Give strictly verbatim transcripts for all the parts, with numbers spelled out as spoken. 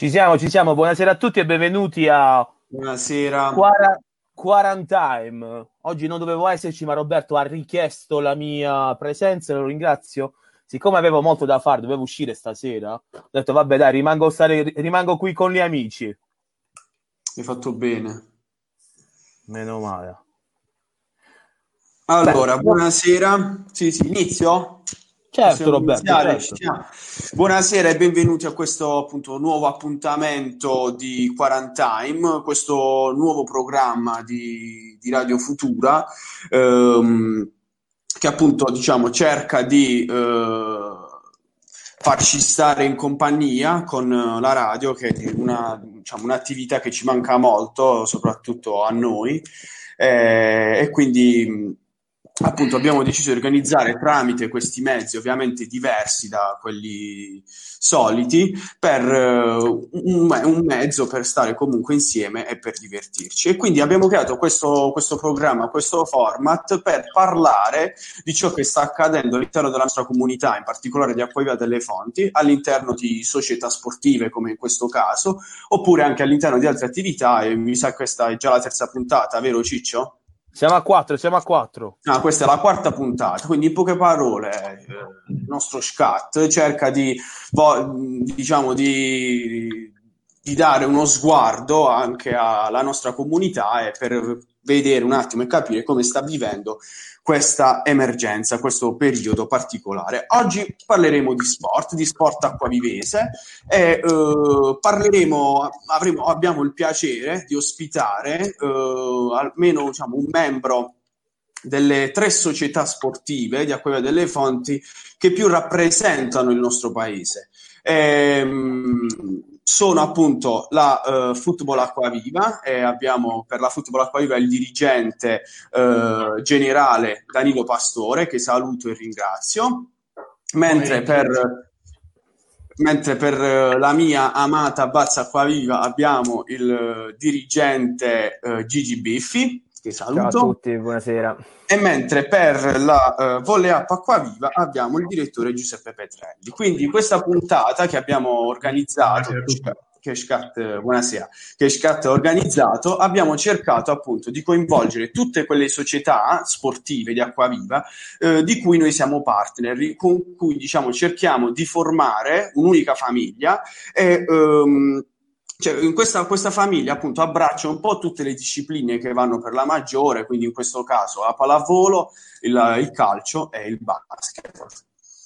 Ci siamo, ci siamo. Buonasera a tutti e benvenuti a Buonasera. Quara- Quarantime. Oggi non dovevo esserci, ma Roberto ha richiesto la mia presenza e lo ringrazio. Siccome avevo molto da fare, dovevo uscire stasera, ho detto vabbè dai, rimango, stare, rimango qui con gli amici. Hai fatto bene. Meno male. Beh, Allora, no- buonasera. Sì, sì, inizio? certo Possiamo Roberto, iniziare? Ci certo. siamo. Buonasera e benvenuti a questo appunto nuovo appuntamento di Quarantime, questo nuovo programma di, di Radio Futura, ehm, che appunto diciamo cerca di eh, farci stare in compagnia con eh, la radio, che è una, diciamo, un'attività che ci manca molto, soprattutto a noi. Eh, e quindi mh, appunto abbiamo deciso di organizzare tramite questi mezzi, ovviamente diversi da quelli soliti, per eh, un, un mezzo per stare comunque insieme e per divertirci. E quindi abbiamo creato questo, questo programma, questo format per parlare di ciò che sta accadendo all'interno della nostra comunità, in particolare di Acquaviva delle Fonti, all'interno di società sportive come in questo caso, oppure anche all'interno di altre attività. E mi sa che questa è già la terza puntata, vero Ciccio? Siamo a quattro, siamo a quattro. Ah, questa è la quarta puntata, quindi in poche parole eh, il nostro Scat cerca di, vo- diciamo, di, di dare uno sguardo anche alla nostra comunità e per vedere un attimo e capire come sta vivendo questa emergenza, questo periodo particolare. Oggi parleremo di sport, di sport acquavivese e eh, parleremo, avremo, abbiamo il piacere di ospitare eh, almeno diciamo, un membro delle tre società sportive di Acquaviva delle Fonti che più rappresentano il nostro paese. Ehm, sono appunto la uh, Football Acquaviva e abbiamo per la Football Acquaviva il dirigente uh, generale Danilo Pastore, che saluto e ringrazio, mentre per mentre per uh, la mia amata Bazza Acquaviva abbiamo il uh, dirigente uh, Gigi Biffi, che Ciao a saluto. tutti, buonasera. E mentre per la uh, Volley Up Acquaviva abbiamo il direttore Giuseppe Petrelli. Quindi questa puntata che abbiamo organizzato, che Scat, buonasera, che Scat ha organizzato, abbiamo cercato appunto di coinvolgere tutte quelle società sportive di Acquaviva eh, di cui noi siamo partner, con cui diciamo cerchiamo di formare un'unica famiglia e um, cioè, in questa, questa famiglia appunto abbraccia un po' tutte le discipline che vanno per la maggiore, quindi in questo caso la pallavolo, il, il calcio e il basket.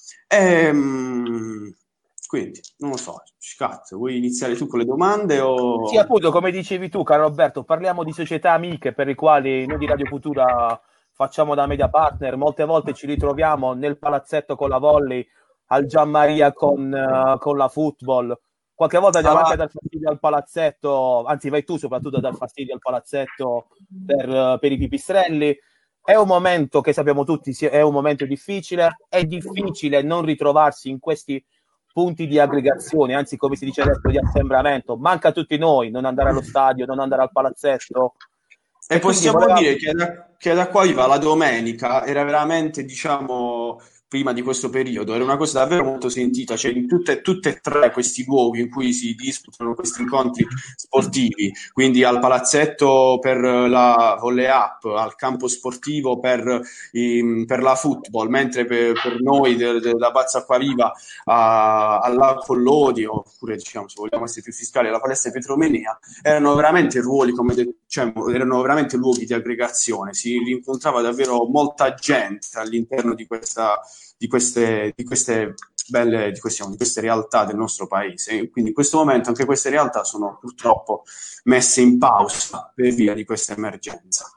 Ehm, quindi, non lo so, Scat, vuoi iniziare tu con le domande Sì, o... appunto, come dicevi tu, caro Roberto, parliamo di società amiche per le quali noi di Radio Futura facciamo da media partner. Molte volte ci ritroviamo nel palazzetto con la volley, al Gianmaria con, uh, con la football. Qualche volta andiamo anche a Allora, dar fastidio al palazzetto, anzi vai tu soprattutto a dar fastidio al palazzetto per, uh, per i pipistrelli. È un momento che sappiamo tutti, è un momento difficile, è difficile non ritrovarsi in questi punti di aggregazione, anzi come si dice adesso di assembramento, manca a tutti noi non andare allo stadio, non andare al palazzetto e e quindi possiamo voleva... dire che da, che da qua viva la domenica era veramente, diciamo, prima di questo periodo, era una cosa davvero molto sentita, cioè in tutte, tutte e tre questi luoghi in cui si disputano questi incontri sportivi, quindi al palazzetto per la volley up, al campo sportivo per, i, per la football, mentre per, per noi de, de, da Bazza Acquaviva alla Collodi, oppure diciamo se vogliamo essere più fiscali alla palestra Petromenea, erano veramente ruoli, come de- cioè, erano veramente luoghi di aggregazione, si rincontrava davvero molta gente all'interno di, questa, di, queste, di queste belle, di, questi, di queste realtà del nostro paese. Quindi in questo momento anche queste realtà sono purtroppo messe in pausa per via di questa emergenza.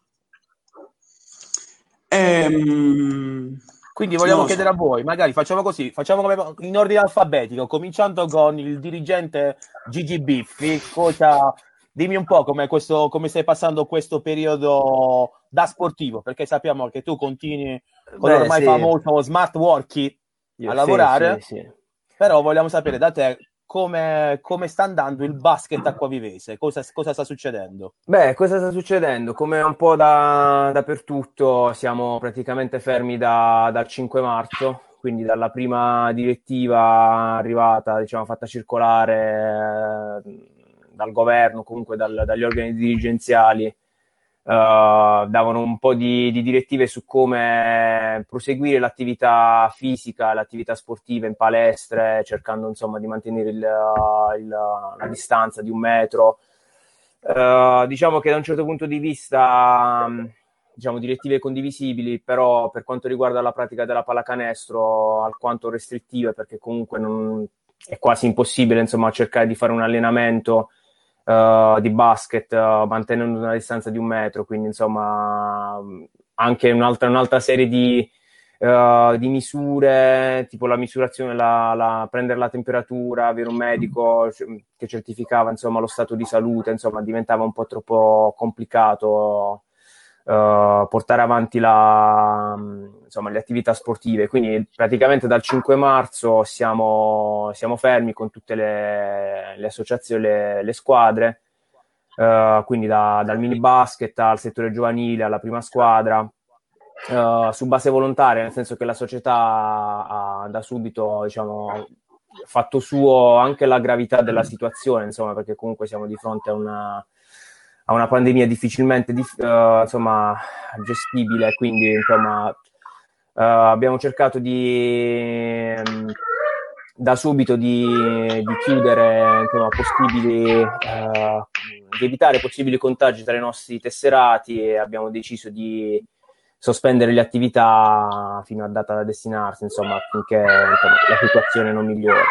Ehm, Quindi non vogliamo lo chiedere so. a voi, magari facciamo così, facciamo come in ordine alfabetico, cominciando con il dirigente Gigi Biffi, cosa... Dimmi un po' come, questo, come stai passando questo periodo da sportivo, perché sappiamo che tu continui con Beh, l'ormai sì, famoso smart working a io sì, sì, lavorare. sì. Però vogliamo sapere da te come, come sta andando il basket acquavivese, cosa, cosa sta succedendo? Beh, cosa sta succedendo? Come un po' da, dappertutto, siamo praticamente fermi da- dal cinque marzo, quindi dalla prima direttiva arrivata, diciamo, fatta circolare eh, dal governo, comunque dal, dagli organi dirigenziali, Uh, davano un po' di, di direttive su come proseguire l'attività fisica, l'attività sportiva in palestre, cercando insomma di mantenere il, il, la distanza di un metro. Uh, diciamo che da un certo punto di vista, diciamo, direttive condivisibili, però per quanto riguarda la pratica della pallacanestro alquanto restrittive, perché comunque non, è quasi impossibile insomma cercare di fare un allenamento Uh, di basket uh, mantenendo una distanza di un metro, quindi insomma anche un'altra, un'altra serie di, uh, di misure, tipo la misurazione, la, la, prendere la temperatura, avere un medico che certificava insomma lo stato di salute, insomma diventava un po' troppo complicato uh, portare avanti la, insomma, le attività sportive, quindi praticamente dal cinque marzo siamo, siamo fermi con tutte le, le associazioni, le, le squadre, uh, quindi da, dal mini basket al settore giovanile alla prima squadra, uh, su base volontaria, nel senso che la società ha, ha da subito, diciamo, fatto suo anche la gravità della situazione, insomma, perché comunque siamo di fronte a una a una pandemia difficilmente uh, insomma gestibile, quindi insomma Uh, abbiamo cercato di um, da subito di, di chiudere insomma, possibili uh, di evitare possibili contagi tra i nostri tesserati, e abbiamo deciso di sospendere le attività fino a data da destinarsi, insomma, affinché insomma, la situazione non migliori.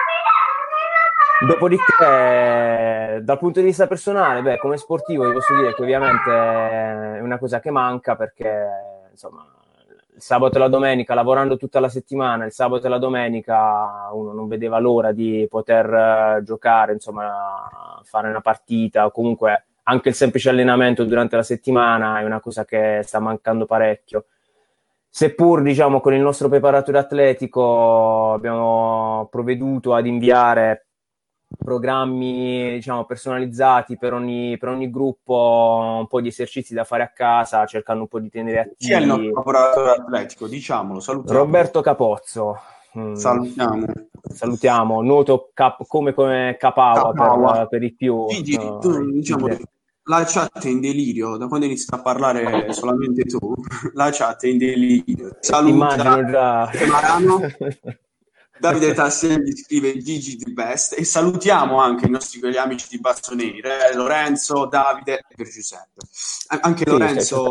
Dopodiché, dal punto di vista personale, beh, come sportivo vi posso dire che ovviamente è una cosa che manca, perché insomma il sabato e la domenica, lavorando tutta la settimana, il sabato e la domenica uno non vedeva l'ora di poter uh, giocare, insomma, fare una partita, o comunque anche il semplice allenamento durante la settimana è una cosa che sta mancando parecchio. Seppur, diciamo, con il nostro preparatore atletico abbiamo provveduto ad inviare programmi, diciamo, personalizzati per ogni, per ogni gruppo, un po' di esercizi da fare a casa, cercando un po' di tenere attivi. Chi è il nostro preparatore atletico? Diciamolo, salutiamo. Roberto Capozzo. Salutiamo. Salutiamo, noto cap- come, come Capaua, Capaua. Per, per i più. Quindi, uh, tu, diciamo, la chat è in delirio, da quando inizi a parlare solamente tu, la chat è in delirio. Saluta immagino già. Marano. Davide Tasselli scrive Gigi the best, e salutiamo anche i nostri quegli amici di Bazzoneire, eh, Lorenzo, Davide e per Giuseppe. Anche sì, Lorenzo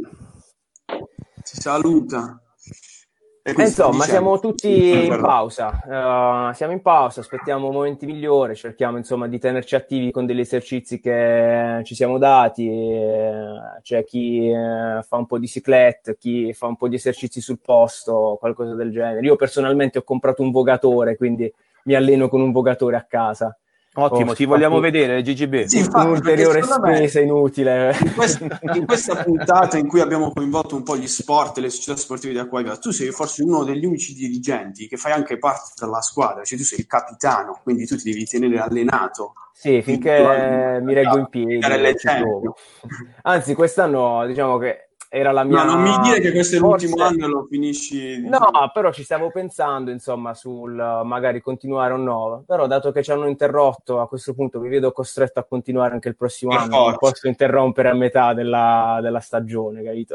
si saluta. E insomma, siamo tutti in pausa, uh, siamo in pausa, aspettiamo momenti migliori, cerchiamo insomma di tenerci attivi con degli esercizi che ci siamo dati, c'è chi uh, fa un po' di cyclette, chi fa un po' di esercizi sul posto, qualcosa del genere. Io personalmente ho comprato un vogatore, quindi mi alleno con un vogatore a casa. Ottimo, oh, ti vogliamo fatto... vedere, G G B. Sì, infatti, un'ulteriore spesa inutile. In questa, in questa puntata in cui abbiamo coinvolto un po' gli sport e le società sportive di Acquaviva, tu sei forse uno degli unici dirigenti che fai anche parte della squadra, cioè tu sei il capitano, quindi tu ti devi tenere allenato. Sì, finché mi reggo in piedi. Anzi, quest'anno diciamo che era la mia... No, non mi dire che questo è forse... l'ultimo anno e lo finisci... No, però ci stavo pensando, insomma, sul magari continuare o no. Però dato che ci hanno interrotto, a questo punto mi vedo costretto a continuare anche il prossimo per anno. Forza. Non posso interrompere a metà della, della stagione, capito?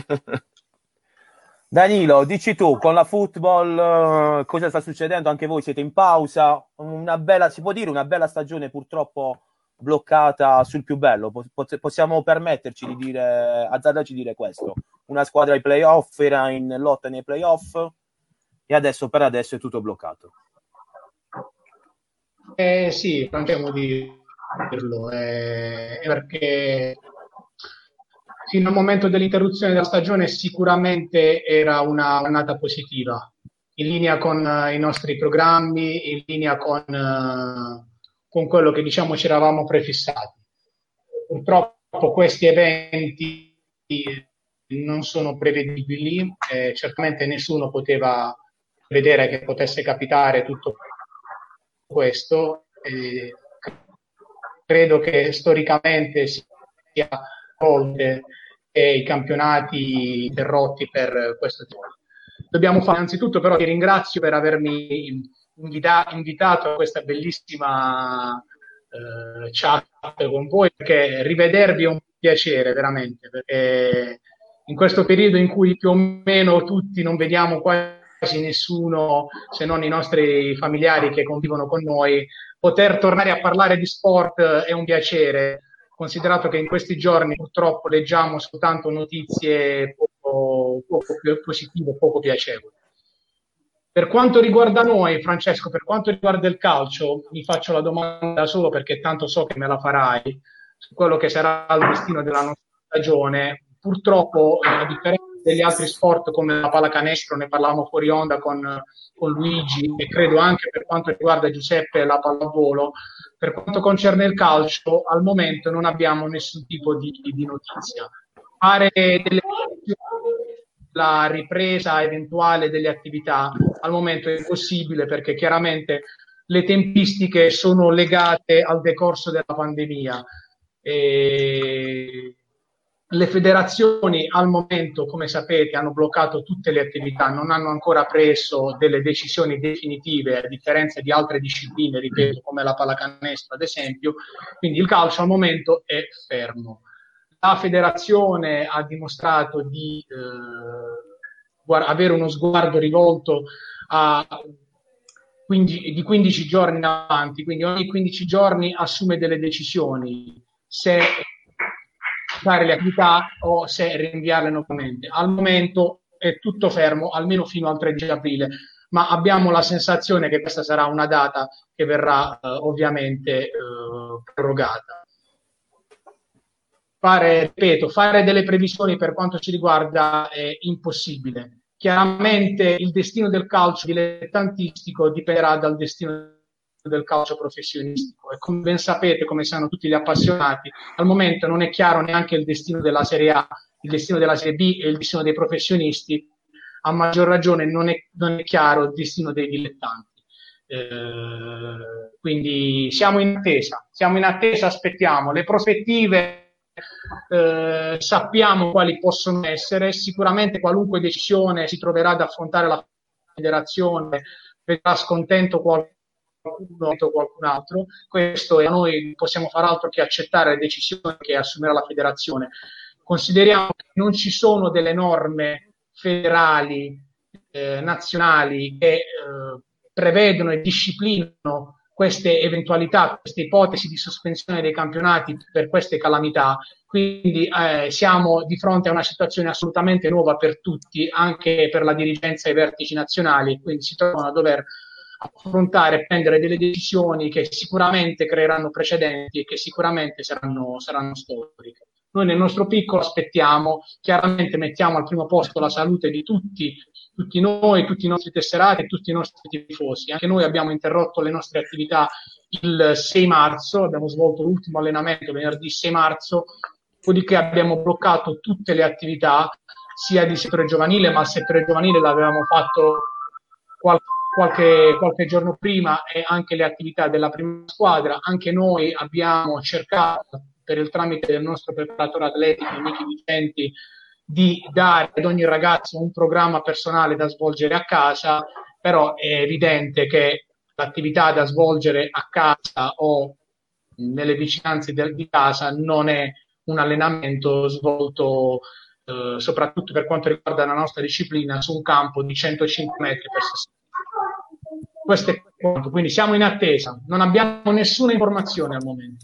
Danilo, dici tu, con la football cosa sta succedendo? Anche voi siete in pausa? Una bella, si può dire, una bella stagione purtroppo bloccata sul più bello, possiamo permetterci di dire, azzardarci di dire questo, una squadra ai playoff era in lotta nei playoff e adesso per adesso è tutto bloccato. Eh sì, possiamo dirlo, eh, perché fino al momento dell'interruzione della stagione sicuramente era una annata positiva, in linea con uh, i nostri programmi, in linea con, uh, con quello che diciamo ci eravamo prefissati. Purtroppo questi eventi non sono prevedibili, eh, certamente nessuno poteva vedere che potesse capitare tutto questo. Eh, credo che storicamente sia volte e i campionati interrotti per questo tipo. dobbiamo fare. Innanzitutto però ti ringrazio per avermi invita- invitato a questa bellissima eh, chat con voi, perché rivedervi è un piacere veramente, perché in questo periodo in cui più o meno tutti non vediamo quasi nessuno se non i nostri familiari che convivono con noi, poter tornare a parlare di sport è un piacere, considerato che in questi giorni purtroppo leggiamo soltanto notizie poco, poco positive, poco piacevoli. Per quanto riguarda noi, Francesco, per quanto riguarda il calcio, mi faccio la domanda solo perché tanto so che me la farai, su quello che sarà il destino della nostra stagione. Purtroppo, a differenza degli altri sport come la pallacanestro, ne parlavamo fuori onda con, con Luigi, e credo anche per quanto riguarda Giuseppe la pallavolo, per quanto concerne il calcio, al momento non abbiamo nessun tipo di, di notizia. Fare delle la ripresa eventuale delle attività al momento è impossibile, perché chiaramente le tempistiche sono legate al decorso della pandemia. E le federazioni al momento, come sapete, hanno bloccato tutte le attività, non hanno ancora preso delle decisioni definitive, a differenza di altre discipline, ripeto, come la pallacanestro ad esempio, quindi il calcio al momento è fermo. La federazione ha dimostrato di eh, avere uno sguardo rivolto a quindici, di quindici giorni in avanti, quindi ogni quindici giorni assume delle decisioni se fare le attività o se rinviarle nuovamente. Al momento è tutto fermo, almeno fino al tredici aprile, ma abbiamo la sensazione che questa sarà una data che verrà eh, ovviamente eh, prorogata. Fare, ripeto, fare delle previsioni per quanto ci riguarda è impossibile. Chiaramente il destino del calcio dilettantistico dipenderà dal destino del calcio professionistico, e come ben sapete, come sanno tutti gli appassionati, al momento non è chiaro neanche il destino della Serie A, il destino della Serie B e il destino dei professionisti, a maggior ragione non è, non è chiaro il destino dei dilettanti. Eh, quindi siamo in attesa, siamo in attesa, aspettiamo le prospettive. Eh, sappiamo quali possono essere, sicuramente qualunque decisione si troverà ad affrontare la federazione vedrà scontento qualcuno o qualcun altro. Questo, e a noi non possiamo far altro che accettare le decisioni che assumerà la federazione. Consideriamo che non ci sono delle norme federali eh, nazionali che eh, prevedono e disciplinano queste eventualità, queste ipotesi di sospensione dei campionati per queste calamità. Quindi eh, siamo di fronte a una situazione assolutamente nuova per tutti, anche per la dirigenza e i vertici nazionali, quindi si trovano a dover affrontare e prendere delle decisioni che sicuramente creeranno precedenti e che sicuramente saranno, saranno storiche. Noi nel nostro piccolo aspettiamo, chiaramente mettiamo al primo posto la salute di tutti, tutti noi, tutti i nostri tesserati e tutti i nostri tifosi. Anche noi abbiamo interrotto le nostre attività il sei marzo, abbiamo svolto l'ultimo allenamento venerdì sei marzo, dopodiché abbiamo bloccato tutte le attività, sia di settore giovanile, ma il settore giovanile l'avevamo fatto qualche, qualche, qualche giorno prima, e anche le attività della prima squadra. Anche noi abbiamo cercato, per il tramite del nostro preparatore atletico Michi Vicenti, di dare ad ogni ragazzo un programma personale da svolgere a casa, però è evidente che l'attività da svolgere a casa o nelle vicinanze de- di casa non è un allenamento svolto eh, soprattutto per quanto riguarda la nostra disciplina su un campo di centocinque metri per sessanta. Questo è quanto, quindi siamo in attesa, non abbiamo nessuna informazione al momento.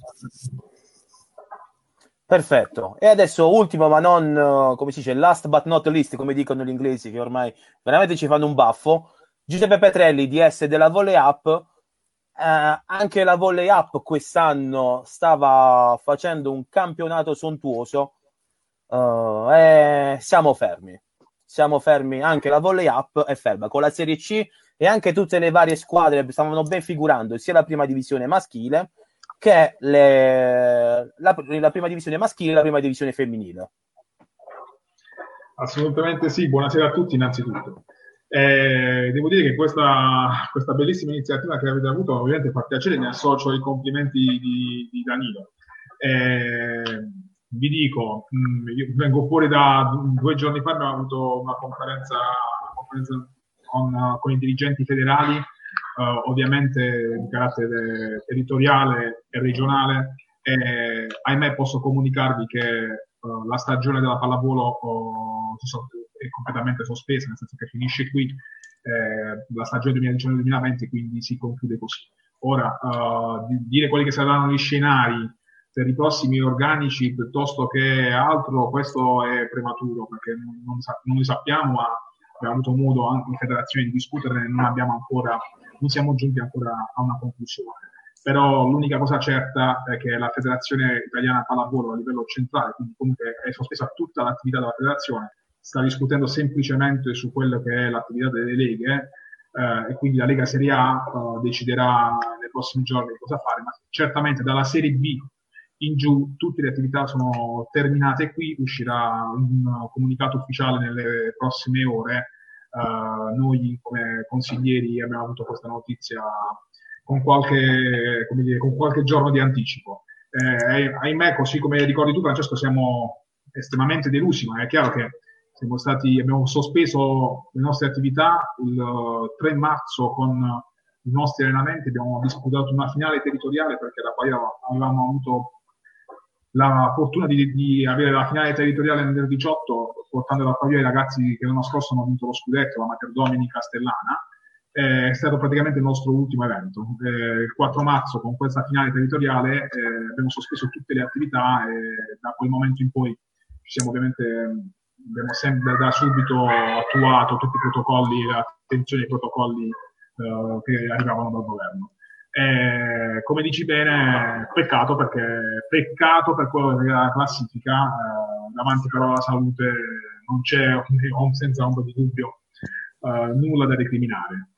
Perfetto. E adesso ultimo, ma non, uh, come si dice, last but not least, come dicono gli inglesi, che ormai veramente ci fanno un baffo. Giuseppe Petrelli, D S della Volley Up. Eh, anche la Volley Up quest'anno stava facendo un campionato sontuoso. Uh, e siamo fermi. Siamo fermi. Anche la Volley Up è ferma. Con la Serie C e anche tutte le varie squadre stavano ben figurando, sia la prima divisione maschile che le, la, la prima divisione maschile e la prima divisione femminile. Assolutamente sì, buonasera a tutti innanzitutto. Eh, devo dire che questa, questa bellissima iniziativa che avete avuto ovviamente fa piacere, ne associo ai complimenti di, di Danilo. Eh, vi dico, mh, io vengo fuori da due giorni fa, abbiamo avuto una conferenza, una con, con i dirigenti federali, eh, ovviamente di carattere territoriale e regionale, e ahimè posso comunicarvi che uh, la stagione della pallavolo uh, è completamente sospesa, nel senso che finisce qui eh, la stagione duemiladiciannove duemilaventi, quindi si conclude così. Ora, uh, di, dire quelli che saranno gli scenari per i prossimi organici piuttosto che altro, questo è prematuro, perché non, non, non li sappiamo, ma abbiamo avuto modo anche in federazione di discutere e non abbiamo ancora, non siamo giunti ancora a una conclusione. Però l'unica cosa certa è che la Federazione Italiana Pallavolo a livello centrale, quindi comunque è sospesa tutta l'attività della federazione, sta discutendo semplicemente su quello che è l'attività delle leghe, eh, e quindi la Lega Serie A uh, deciderà nei prossimi giorni cosa fare, ma certamente dalla Serie B in giù tutte le attività sono terminate qui, uscirà un comunicato ufficiale nelle prossime ore. Uh, noi come consiglieri abbiamo avuto questa notizia con qualche, come dire, con qualche giorno di anticipo. Eh, ahimè, così come ricordi tu, Francesco, siamo estremamente delusi, ma è chiaro che siamo stati, abbiamo sospeso le nostre attività il tre marzo con i nostri allenamenti, abbiamo disputato una finale territoriale perché da poi avevamo avuto la fortuna di, di avere la finale territoriale nel diciotto, portando da pavia i ragazzi che l'anno scorso hanno vinto lo scudetto, la Mater Domini Castellana. È stato praticamente il nostro ultimo evento. Eh, il quattro marzo, con questa finale territoriale, eh, abbiamo sospeso tutte le attività e da quel momento in poi ci siamo ovviamente, abbiamo sempre da subito attuato tutti i protocolli, attenzione ai protocolli eh, che arrivavano dal governo. Eh, come dici bene, peccato perché peccato per quello che è la classifica, eh, davanti però alla salute non c'è, senza ombra di dubbio, eh, nulla da recriminare.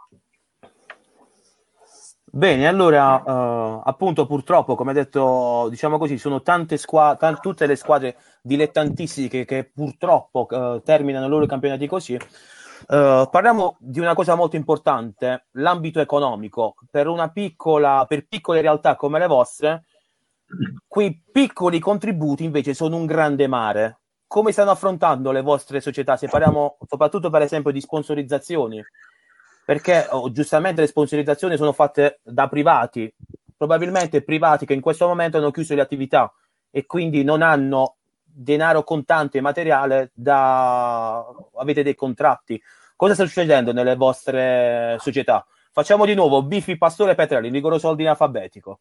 Bene, allora, uh, appunto, purtroppo, come detto, diciamo così, sono tante squadre, t- tutte le squadre dilettantistiche che, che purtroppo uh, terminano i loro campionati così. Uh, parliamo di una cosa molto importante, l'ambito economico. Per una piccola, per piccole realtà come le vostre, quei piccoli contributi invece sono un grande mare. Come stanno affrontando le vostre società? Se parliamo soprattutto, per esempio, di sponsorizzazioni. Perché oh, giustamente le sponsorizzazioni sono fatte da privati, probabilmente privati che in questo momento hanno chiuso le attività e quindi non hanno denaro contante e materiale da... avete dei contratti. Cosa sta succedendo nelle vostre società? Facciamo di nuovo Bifi, Pastore, Petrelli, rigoroso ordine alfabetico.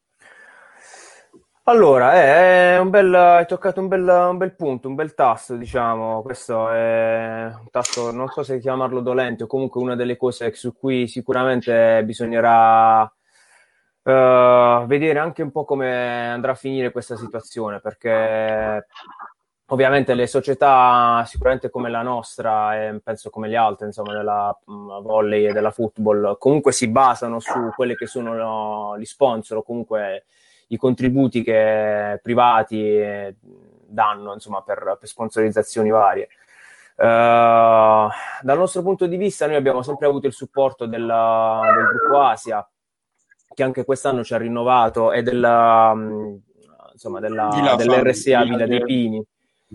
Allora, è un bel, hai toccato un bel, un bel punto, un bel tasto, diciamo. Questo è un tasto, non so se chiamarlo dolente, o comunque una delle cose su cui sicuramente bisognerà uh, vedere anche un po' come andrà a finire questa situazione, perché ovviamente le società, sicuramente come la nostra e penso come le altre, insomma, della um, volley e della football, comunque si basano su quelle che sono no, gli sponsor o comunque i contributi che privati danno, insomma, per, per sponsorizzazioni varie. Uh, dal nostro punto di vista noi abbiamo sempre avuto il supporto della, del gruppo Asia, che anche quest'anno ci ha rinnovato, e della, insomma, della, dell'R S A Villa dei Pini,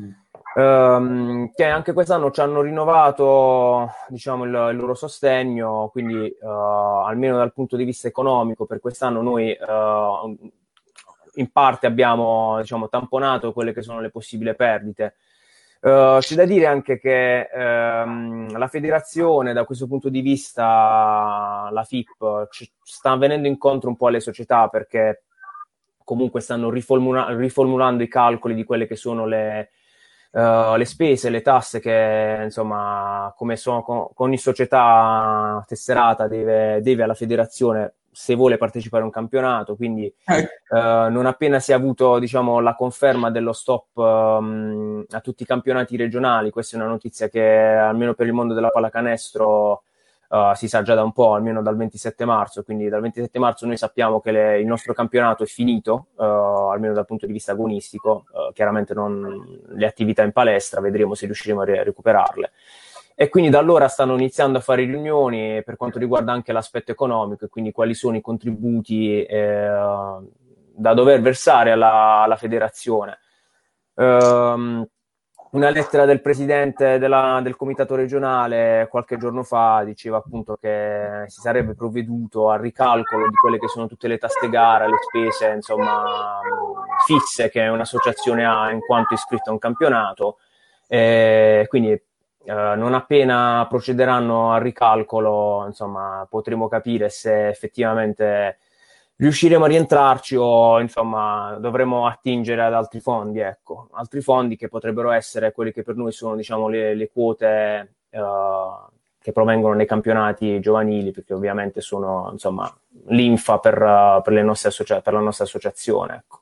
um, che anche quest'anno ci hanno rinnovato, diciamo, il, il loro sostegno, quindi uh, almeno dal punto di vista economico per quest'anno noi uh, in parte abbiamo, diciamo, tamponato quelle che sono le possibili perdite. Uh, c'è da dire anche che um, la federazione, da questo punto di vista, la F I P, ci sta venendo incontro un po' alle società, perché comunque stanno riformula- riformulando i calcoli di quelle che sono le, uh, le spese, le tasse che, insomma, come sono con, con ogni società tesserata deve, deve alla federazione se vuole partecipare a un campionato, quindi eh. uh, non appena si è avuto, diciamo, la conferma dello stop um, a tutti i campionati regionali, questa è una notizia che almeno per il mondo della pallacanestro uh, si sa già da un po', almeno dal ventisette marzo, quindi dal ventisette marzo noi sappiamo che le, il nostro campionato è finito, uh, almeno dal punto di vista agonistico, uh, chiaramente non le attività in palestra, vedremo se riusciremo a re- recuperarle. E quindi da allora stanno iniziando a fare riunioni per quanto riguarda anche l'aspetto economico, e quindi quali sono i contributi eh, da dover versare alla, alla federazione. Um, una lettera del presidente della, del comitato regionale qualche giorno fa diceva appunto che si sarebbe provveduto al ricalcolo di quelle che sono tutte le tasse gara, le spese insomma fisse che un'associazione ha in quanto iscritta a un campionato, e quindi eh, non appena procederanno al ricalcolo insomma potremo capire se effettivamente riusciremo a rientrarci o insomma dovremo attingere ad altri fondi, ecco, altri fondi che potrebbero essere quelli che per noi sono diciamo le, le quote eh, che provengono nei campionati giovanili, perché ovviamente sono insomma l'infa per, uh, per, le nostre associa- per la nostra associazione, ecco.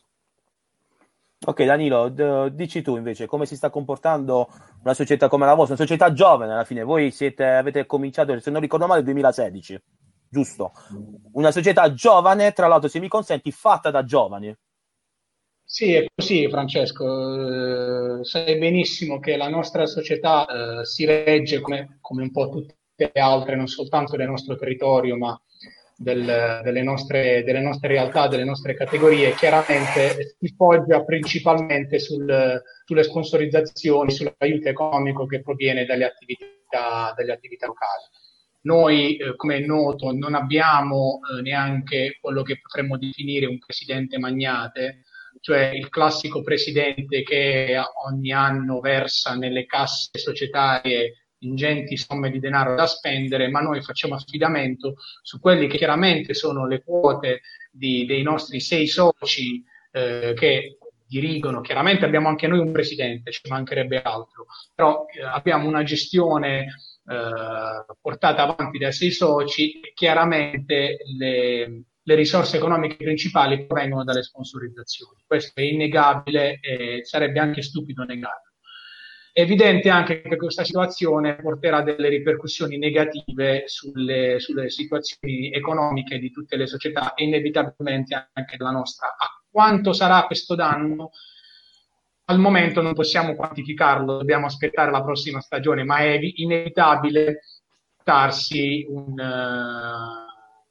Ok Danilo, d- dici tu invece come si sta comportando una società come la vostra, una società giovane alla fine, voi siete, avete cominciato, se non ricordo male, nel duemilasedici, giusto? Una società giovane, tra l'altro se mi consenti, fatta da giovani. Sì, è così Francesco, eh, sai benissimo che la nostra società eh, si regge come, come un po' tutte le altre, non soltanto del nostro territorio, ma del, delle, nostre, delle nostre realtà, delle nostre categorie. Chiaramente si poggia principalmente sul, sulle sponsorizzazioni, sull'aiuto economico che proviene dalle attività, dalle attività locali. Noi, eh, come è noto, non abbiamo eh, neanche quello che potremmo definire un presidente magnate, cioè il classico presidente che ogni anno versa nelle casse societarie ingenti somme di denaro da spendere, ma noi facciamo affidamento su quelli che chiaramente sono le quote di, dei nostri sei soci eh, che dirigono. Chiaramente abbiamo anche noi un presidente, ci mancherebbe altro, però eh, abbiamo una gestione eh, portata avanti dai sei soci e chiaramente le le risorse economiche principali provengono dalle sponsorizzazioni. Questo è innegabile e sarebbe anche stupido negarlo. È evidente anche che questa situazione porterà delle ripercussioni negative sulle, sulle situazioni economiche di tutte le società e inevitabilmente anche della nostra. A quanto sarà questo danno? Al momento non possiamo quantificarlo, dobbiamo aspettare la prossima stagione, ma è inevitabile darsi un... Uh,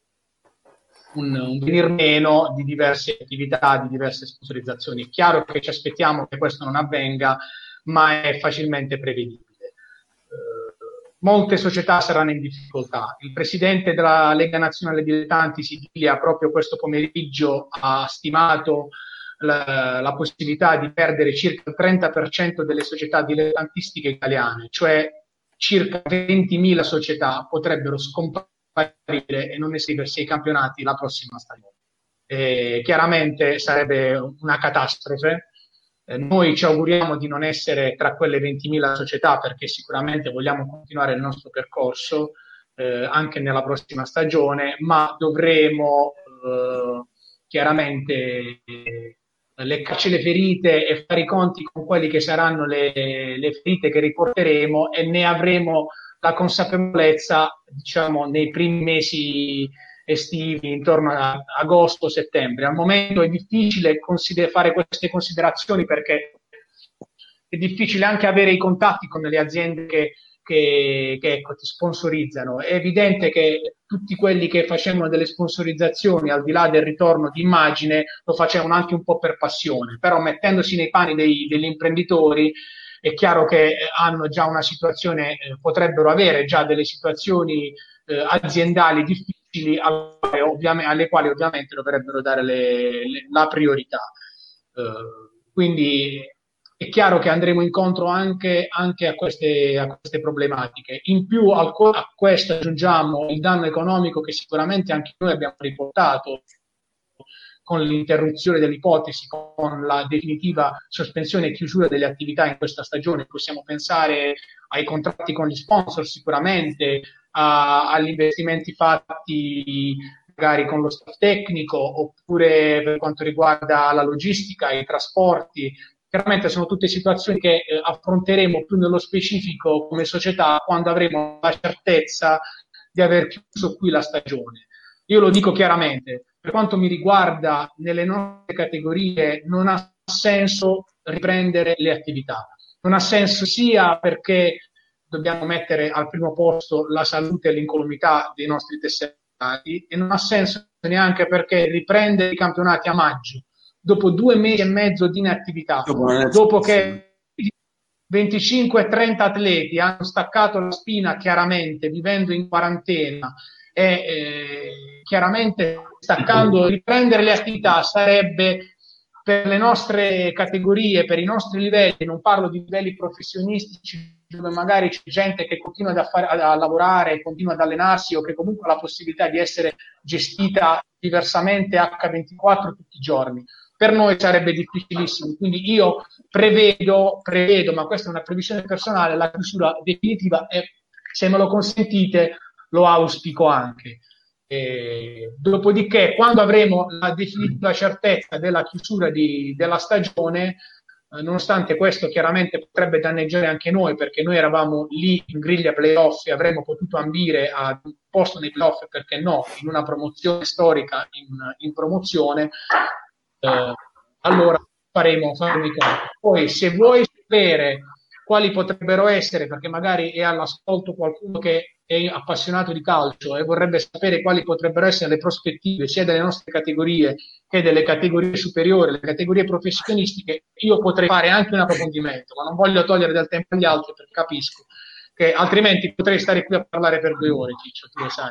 Un, un venir meno di diverse attività, di diverse sponsorizzazioni. È chiaro che ci aspettiamo che questo non avvenga, ma è facilmente prevedibile. Eh, molte società saranno in difficoltà. Il presidente della Lega Nazionale Dilettanti Sicilia proprio questo pomeriggio ha stimato la, la possibilità di perdere circa il trenta per cento delle società dilettantistiche italiane, cioè circa ventimila società potrebbero scomparire e non iscriversi ai campionati la prossima stagione. Eh, chiaramente sarebbe una catastrofe. Eh, noi ci auguriamo di non essere tra quelle ventimila società perché sicuramente vogliamo continuare il nostro percorso eh, anche nella prossima stagione, ma dovremo eh, chiaramente eh, leccarci le ferite e fare i conti con quelli che saranno le, le ferite che riporteremo e ne avremo la consapevolezza, diciamo, nei primi mesi estivi, intorno a agosto-settembre. Al momento è difficile consider- fare queste considerazioni perché è difficile anche avere i contatti con le aziende che, che, che ecco, ti sponsorizzano. È evidente che tutti quelli che facevano delle sponsorizzazioni, al di là del ritorno di immagine, lo facevano anche un po' per passione, però mettendosi nei panni dei, degli imprenditori, è chiaro che hanno già una situazione, eh, potrebbero avere già delle situazioni eh, aziendali difficili alle, ovviamente, alle quali ovviamente dovrebbero dare le, le, la priorità. Eh, quindi è chiaro che andremo incontro anche, anche a, queste, a queste problematiche. In più a, a questo aggiungiamo il danno economico che sicuramente anche noi abbiamo riportato con l'interruzione dell'ipotesi, con la definitiva sospensione e chiusura delle attività in questa stagione. Possiamo pensare ai contratti con gli sponsor sicuramente, a, agli investimenti fatti magari con lo staff tecnico, oppure per quanto riguarda la logistica, i trasporti. Chiaramente sono tutte situazioni che eh, affronteremo più nello specifico come società quando avremo la certezza di aver chiuso qui la stagione. Io lo dico chiaramente, per quanto mi riguarda, nelle nostre categorie non ha senso riprendere le attività. Non ha senso sia perché dobbiamo mettere al primo posto la salute e l'incolumità dei nostri tesserati e non ha senso neanche perché riprendere i campionati a maggio, dopo due mesi e mezzo di inattività, dopo che venticinque trenta atleti hanno staccato la spina, chiaramente vivendo in quarantena e eh, chiaramente staccando, riprendere le attività sarebbe per le nostre categorie, per i nostri livelli, non parlo di livelli professionistici dove magari c'è gente che continua a, fare, a, a lavorare, continua ad allenarsi o che comunque ha la possibilità di essere gestita diversamente acca ventiquattro tutti i giorni. Per noi sarebbe difficilissimo, quindi io prevedo, prevedo, ma questa è una previsione personale, la chiusura definitiva e se me lo consentite lo auspico anche. E dopodiché, quando avremo la definitiva certezza della chiusura di, della stagione, eh, nonostante questo chiaramente potrebbe danneggiare anche noi, perché noi eravamo lì in griglia playoff e avremmo potuto ambire a un posto nei playoff, perché no, in una promozione storica, in, in promozione, eh, allora faremo, faremo i conti. Poi se vuoi sapere quali potrebbero essere, perché magari è all'ascolto qualcuno che è appassionato di calcio e vorrebbe sapere quali potrebbero essere le prospettive sia delle nostre categorie che delle categorie superiori, le categorie professionistiche, io potrei fare anche un approfondimento, ma non voglio togliere del tempo agli altri perché capisco che altrimenti potrei stare qui a parlare per due ore, Ciccio, tu lo sai.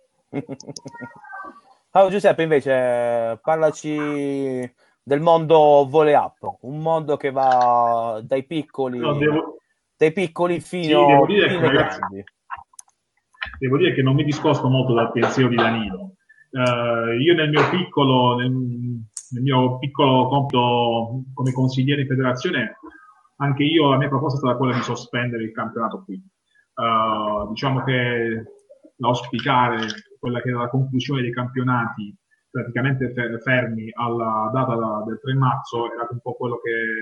Allora, Giuseppe, invece, parlaci del mondo volley up, un mondo che va dai piccoli, no, devo... dai piccoli fino, sì, devo dire fino che, ai ragazzi, grandi. Devo dire che non mi discosto molto dal pensiero di Danilo. Uh, io nel mio piccolo, nel, nel mio piccolo compito come consigliere in federazione, anche io la mia proposta è stata quella di sospendere il campionato qui. Uh, diciamo che l'auspicare quella che era la conclusione dei campionati praticamente fermi alla data da, del tre marzo era un po' quello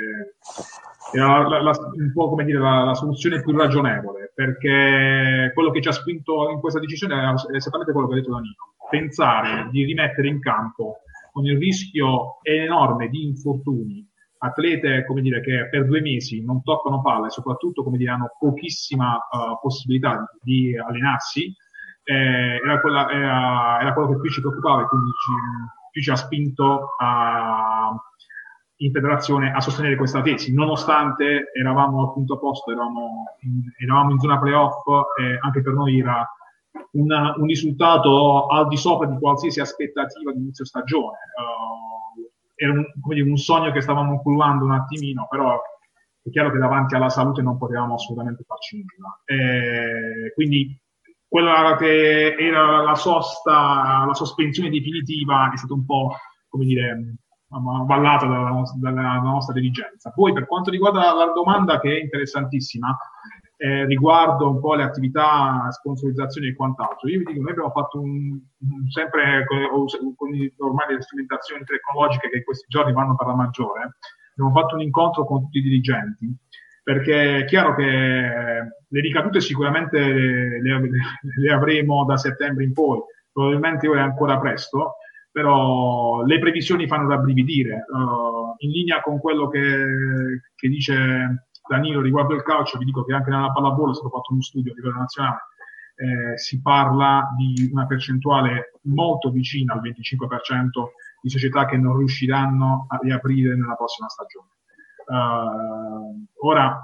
che era la, la, un po' come dire la, la soluzione più ragionevole, perché quello che ci ha spinto in questa decisione è esattamente quello che ha detto Danilo: pensare di rimettere in campo con il rischio enorme di infortuni atlete, come dire, che per due mesi non toccano palla e soprattutto, come dire, hanno pochissima uh, possibilità di, di allenarsi. Eh, era, quella, era, era quello che più ci preoccupava e quindi ci, più ci ha spinto a, in federazione a sostenere questa tesi, nonostante eravamo al punto opposto, eravamo in, eravamo in zona playoff e anche per noi era una, un risultato al di sopra di qualsiasi aspettativa di inizio stagione. Uh, era un, come dire, un sogno che stavamo cullando un attimino, però è chiaro che davanti alla salute non potevamo assolutamente farci nulla. E quindi quella che era la sosta, la sospensione definitiva è stata un po', come dire, avvallata dalla, nostra, dalla nostra dirigenza. Poi per quanto riguarda la domanda, che è interessantissima, eh, riguardo un po' le attività, sponsorizzazioni e quant'altro, io vi dico, noi abbiamo fatto un, un sempre con, con ormai le strumentazioni tecnologiche che in questi giorni vanno per la maggiore, abbiamo fatto un incontro con tutti i dirigenti, perché è chiaro che le ricadute sicuramente le, le, le avremo da settembre in poi, probabilmente ora è ancora presto, però le previsioni fanno rabbrividire. Uh, in linea con quello che, che dice Danilo riguardo il calcio, vi dico che anche nella pallavolo è stato fatto uno studio a livello nazionale, eh, si parla di una percentuale molto vicina al venticinque per cento di società che non riusciranno a riaprire nella prossima stagione. Uh, ora,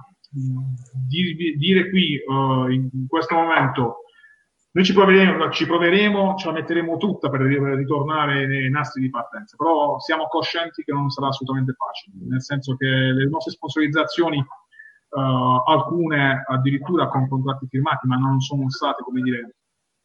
di, dire qui uh, in, in questo momento noi ci proveremo, ci proveremo, ce la metteremo tutta per ritornare nei nastri di partenza, però siamo coscienti che non sarà assolutamente facile, nel senso che le nostre sponsorizzazioni, uh, alcune addirittura con contratti firmati, ma non sono state, come dire,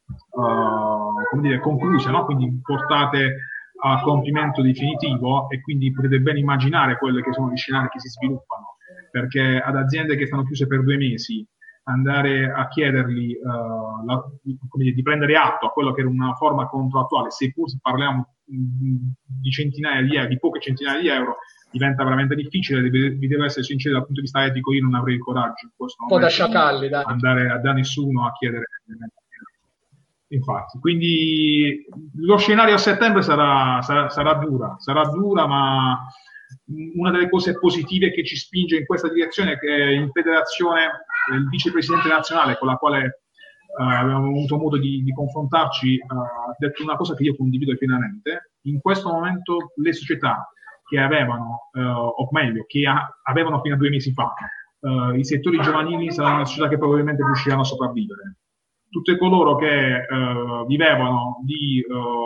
uh, come dire concluse, no? Quindi portate a compimento definitivo, e quindi potete ben immaginare quelli che sono gli scenari che si sviluppano, perché ad aziende che stanno chiuse per due mesi andare a chiedergli uh, la, come dire, di prendere atto a quello che era una forma contrattuale, seppur parliamo di centinaia di euro, di poche centinaia di euro, diventa veramente difficile. Vi devo essere sincero, dal punto di vista etico io non avrei il coraggio in questo momento un po' da sciacalli, dai. andare a da nessuno a chiedere. Infatti, quindi lo scenario a settembre sarà, sarà, sarà dura, sarà dura, ma una delle cose positive che ci spinge in questa direzione è che in federazione il vicepresidente nazionale con la quale uh, abbiamo avuto modo di, di confrontarci uh, ha detto una cosa che io condivido pienamente. In questo momento le società che avevano, uh, o meglio, che a, avevano fino a due mesi fa uh, i settori giovanili saranno una società che probabilmente riusciranno a sopravvivere. Tutte coloro che uh, vivevano di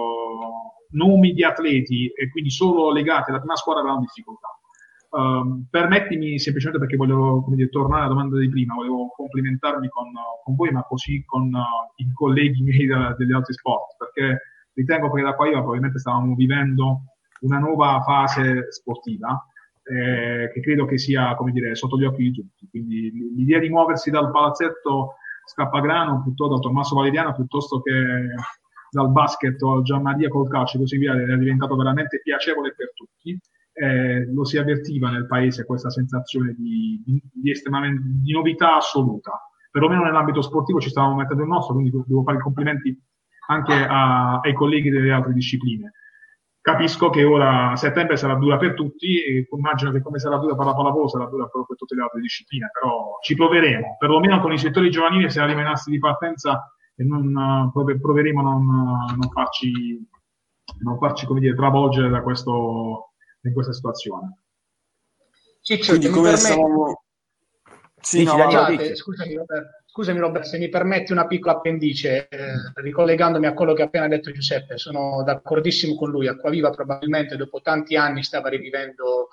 uh, nomi di atleti e quindi solo legati alla prima squadra avranno difficoltà. Uh, permettimi semplicemente, perché volevo, come dire, tornare alla domanda di prima, volevo complimentarmi con, con voi, ma così con uh, i colleghi miei da, degli altri sport, perché ritengo che da qua io probabilmente stavamo vivendo una nuova fase sportiva eh, che credo che sia, come dire, sotto gli occhi di tutti. Quindi l'idea di muoversi dal palazzetto Scappagrano, piuttosto dal Tommaso Valeriano, piuttosto che dal basket o al Gianmaria col calcio e così via, è diventato veramente piacevole per tutti. Eh, lo si avvertiva nel paese questa sensazione di, di, di, estremamente, di novità assoluta. Perlomeno nell'ambito sportivo ci stavamo mettendo il nostro, quindi devo fare i complimenti anche a, ai colleghi delle altre discipline. Capisco che ora settembre sarà dura per tutti e immagino che come sarà dura per la pallavolo sarà dura per, per tutte le altre discipline, però ci proveremo, perlomeno con i settori giovanili siamo rimasti di partenza e non proveremo a non, non farci, non farci come dire, travolgere da questo, in questa situazione. Ciccio, Quindi come permetti... stavamo... Sì, Dici, no, Daniele, vai. dici. Scusami, Roberto. Scusami Roberto, se mi permetti una piccola appendice, eh, ricollegandomi a quello che ha appena detto Giuseppe, sono d'accordissimo con lui. Acquaviva probabilmente dopo tanti anni stava rivivendo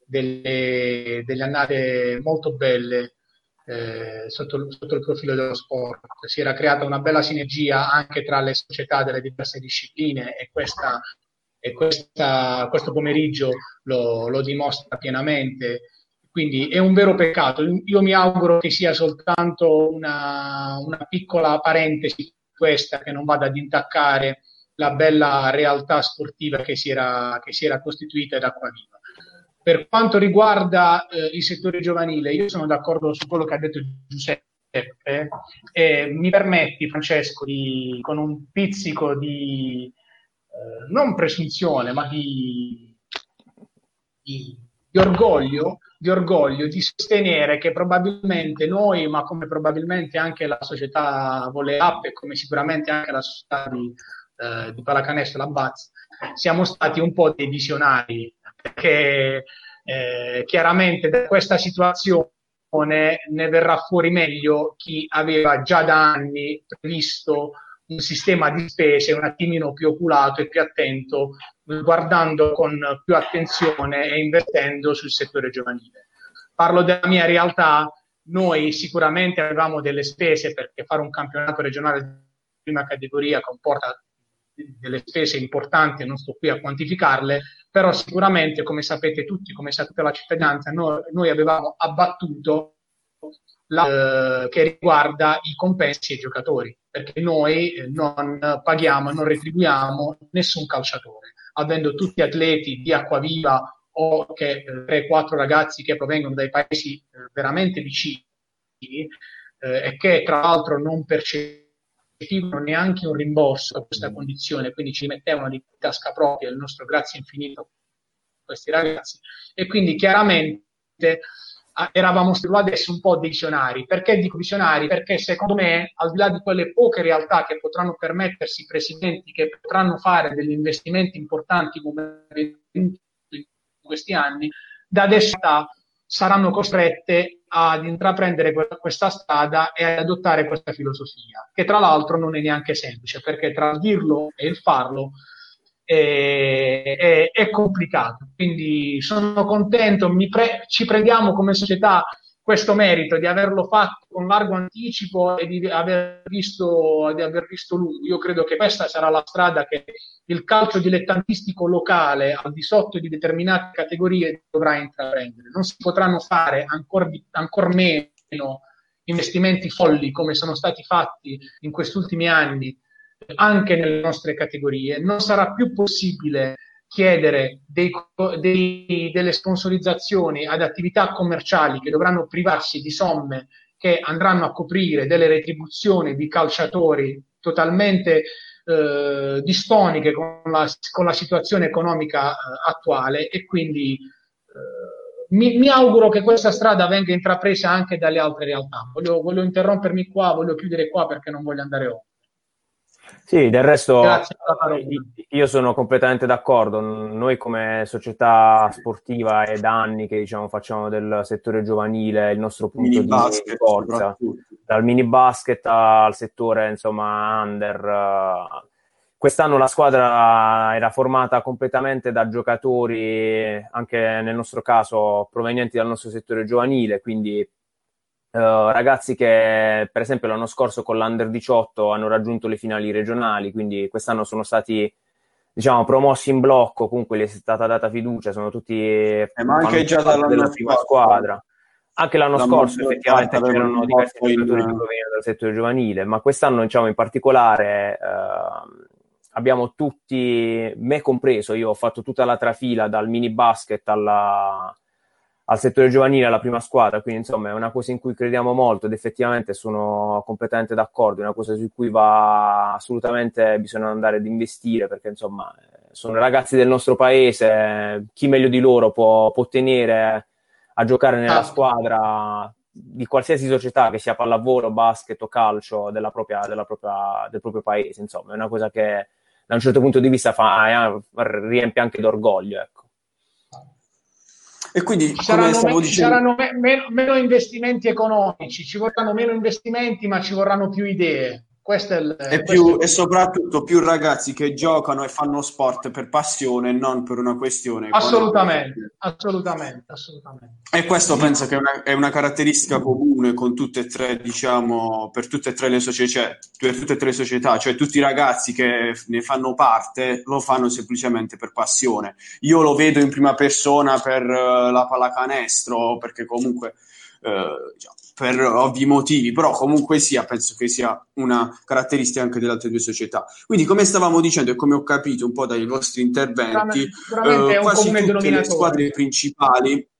delle, delle annate molto belle eh, sotto, sotto il profilo dello sport. Si era creata una bella sinergia anche tra le società delle diverse discipline e, questa, e questa, questo pomeriggio lo, lo dimostra pienamente. Quindi è un vero peccato. Io mi auguro che sia soltanto una, una piccola parentesi questa, che non vada ad intaccare la bella realtà sportiva che si era, che si era costituita da Acquaviva. Per quanto riguarda eh, il settore giovanile, io sono d'accordo su quello che ha detto Giuseppe. Eh, mi permetti, Francesco, di, con un pizzico di eh, non presunzione, ma di, di, di orgoglio, di orgoglio di sostenere che probabilmente noi, ma come probabilmente anche la società Volley Up e come sicuramente anche la società di, eh, di pallacanestro, la B A Z, siamo stati un po' dei visionari, perché eh, chiaramente da questa situazione ne verrà fuori meglio chi aveva già da anni previsto un sistema di spese un attimino più oculato e più attento, guardando con più attenzione e investendo sul settore giovanile. Parlo della mia realtà. Noi sicuramente avevamo delle spese, perché fare un campionato regionale di prima categoria comporta delle spese importanti e non sto qui a quantificarle, però sicuramente, come sapete tutti, come sapete la cittadinanza, noi, noi avevamo abbattuto la, eh, che riguarda i compensi ai giocatori, perché noi eh, non paghiamo, non retribuiamo nessun calciatore, avendo tutti atleti di Acquaviva o che tre quattro ragazzi che provengono dai paesi eh, veramente vicini eh, e che tra l'altro non percepivano neanche un rimborso a questa condizione, quindi ci mettevano di tasca propria. Il nostro grazie infinito a questi ragazzi, e quindi chiaramente eravamo adesso un po' visionari. Perché dico visionari? Perché secondo me, al di là di quelle poche realtà che potranno permettersi, presidenti che potranno fare degli investimenti importanti come in questi anni, da adesso saranno costrette ad intraprendere questa strada e ad adottare questa filosofia, che tra l'altro non è neanche semplice, perché tra il dirlo e il farlo È, è, è complicato. Quindi sono contento, mi pre- ci prendiamo come società questo merito di averlo fatto con largo anticipo e di aver visto, di aver visto lui. Io credo che questa sarà la strada che il calcio dilettantistico locale al di sotto di determinate categorie dovrà intraprendere. Non si potranno fare ancora ancor meno investimenti folli come sono stati fatti in questi ultimi anni anche nelle nostre categorie. Non sarà più possibile chiedere dei, dei, delle sponsorizzazioni ad attività commerciali che dovranno privarsi di somme che andranno a coprire delle retribuzioni di calciatori totalmente eh, distoniche con la, con la situazione economica eh, attuale, e quindi eh, mi, mi auguro che questa strada venga intrapresa anche dalle altre realtà. Voglio, voglio interrompermi qua, voglio chiudere qua perché non voglio andare oltre. Sì, del resto Grazie per la parola. io sono completamente d'accordo. Noi come società sportiva è da anni che diciamo, facciamo del settore giovanile il nostro punto Mini di basket forza, soprattutto. dal mini basket al settore insomma under. Quest'anno la squadra era formata completamente da giocatori, anche nel nostro caso, provenienti dal nostro settore giovanile, quindi Uh, ragazzi che per esempio l'anno scorso con l'Under diciotto hanno raggiunto le finali regionali, quindi quest'anno sono stati diciamo promossi in blocco, comunque gli è stata data fiducia, sono tutti Eh, ma fanno anche già parte della dall'anno prima scorso squadra. Anche l'anno la scorso maggior parte effettivamente avevano c'erano un diversi posto in... giocatori che provenivano dal settore giovanile, ma quest'anno diciamo in particolare uh, abbiamo tutti, me compreso, io ho fatto tutta la trafila dal mini basket alla al settore giovanile, alla prima squadra, quindi insomma è una cosa in cui crediamo molto ed effettivamente sono completamente d'accordo, è una cosa su cui va assolutamente bisogna andare ad investire, perché insomma sono ragazzi del nostro paese, chi meglio di loro può, può tenere a giocare nella squadra di qualsiasi società, che sia pallavolo, basket o calcio della propria, della propria, del proprio paese, insomma è una cosa che da un certo punto di vista fa, eh, riempie anche d'orgoglio, ecco. E quindi, ci come saranno, stavo me, ci dicendo... saranno me, meno, meno investimenti economici, ci vorranno meno investimenti, ma ci vorranno più idee. Questo è il, E, questo è più, il e soprattutto più ragazzi che giocano e fanno sport per passione e non per una questione economica. Assolutamente, assolutamente, assolutamente. E questo penso che è una, è una caratteristica comune con tutte e tre, diciamo, per tutte e tre le società, per tutte e tre le società, cioè tutti i ragazzi che ne fanno parte lo fanno semplicemente per passione. Io lo vedo in prima persona per uh, la pallacanestro, perché comunque uh, diciamo, per ovvi motivi, però comunque sia, penso che sia una caratteristica anche delle altre due società. Quindi, come stavamo dicendo e come ho capito un po' dai vostri interventi, sicuramente eh, è un quasi comune tutte le denominatore. squadre principali,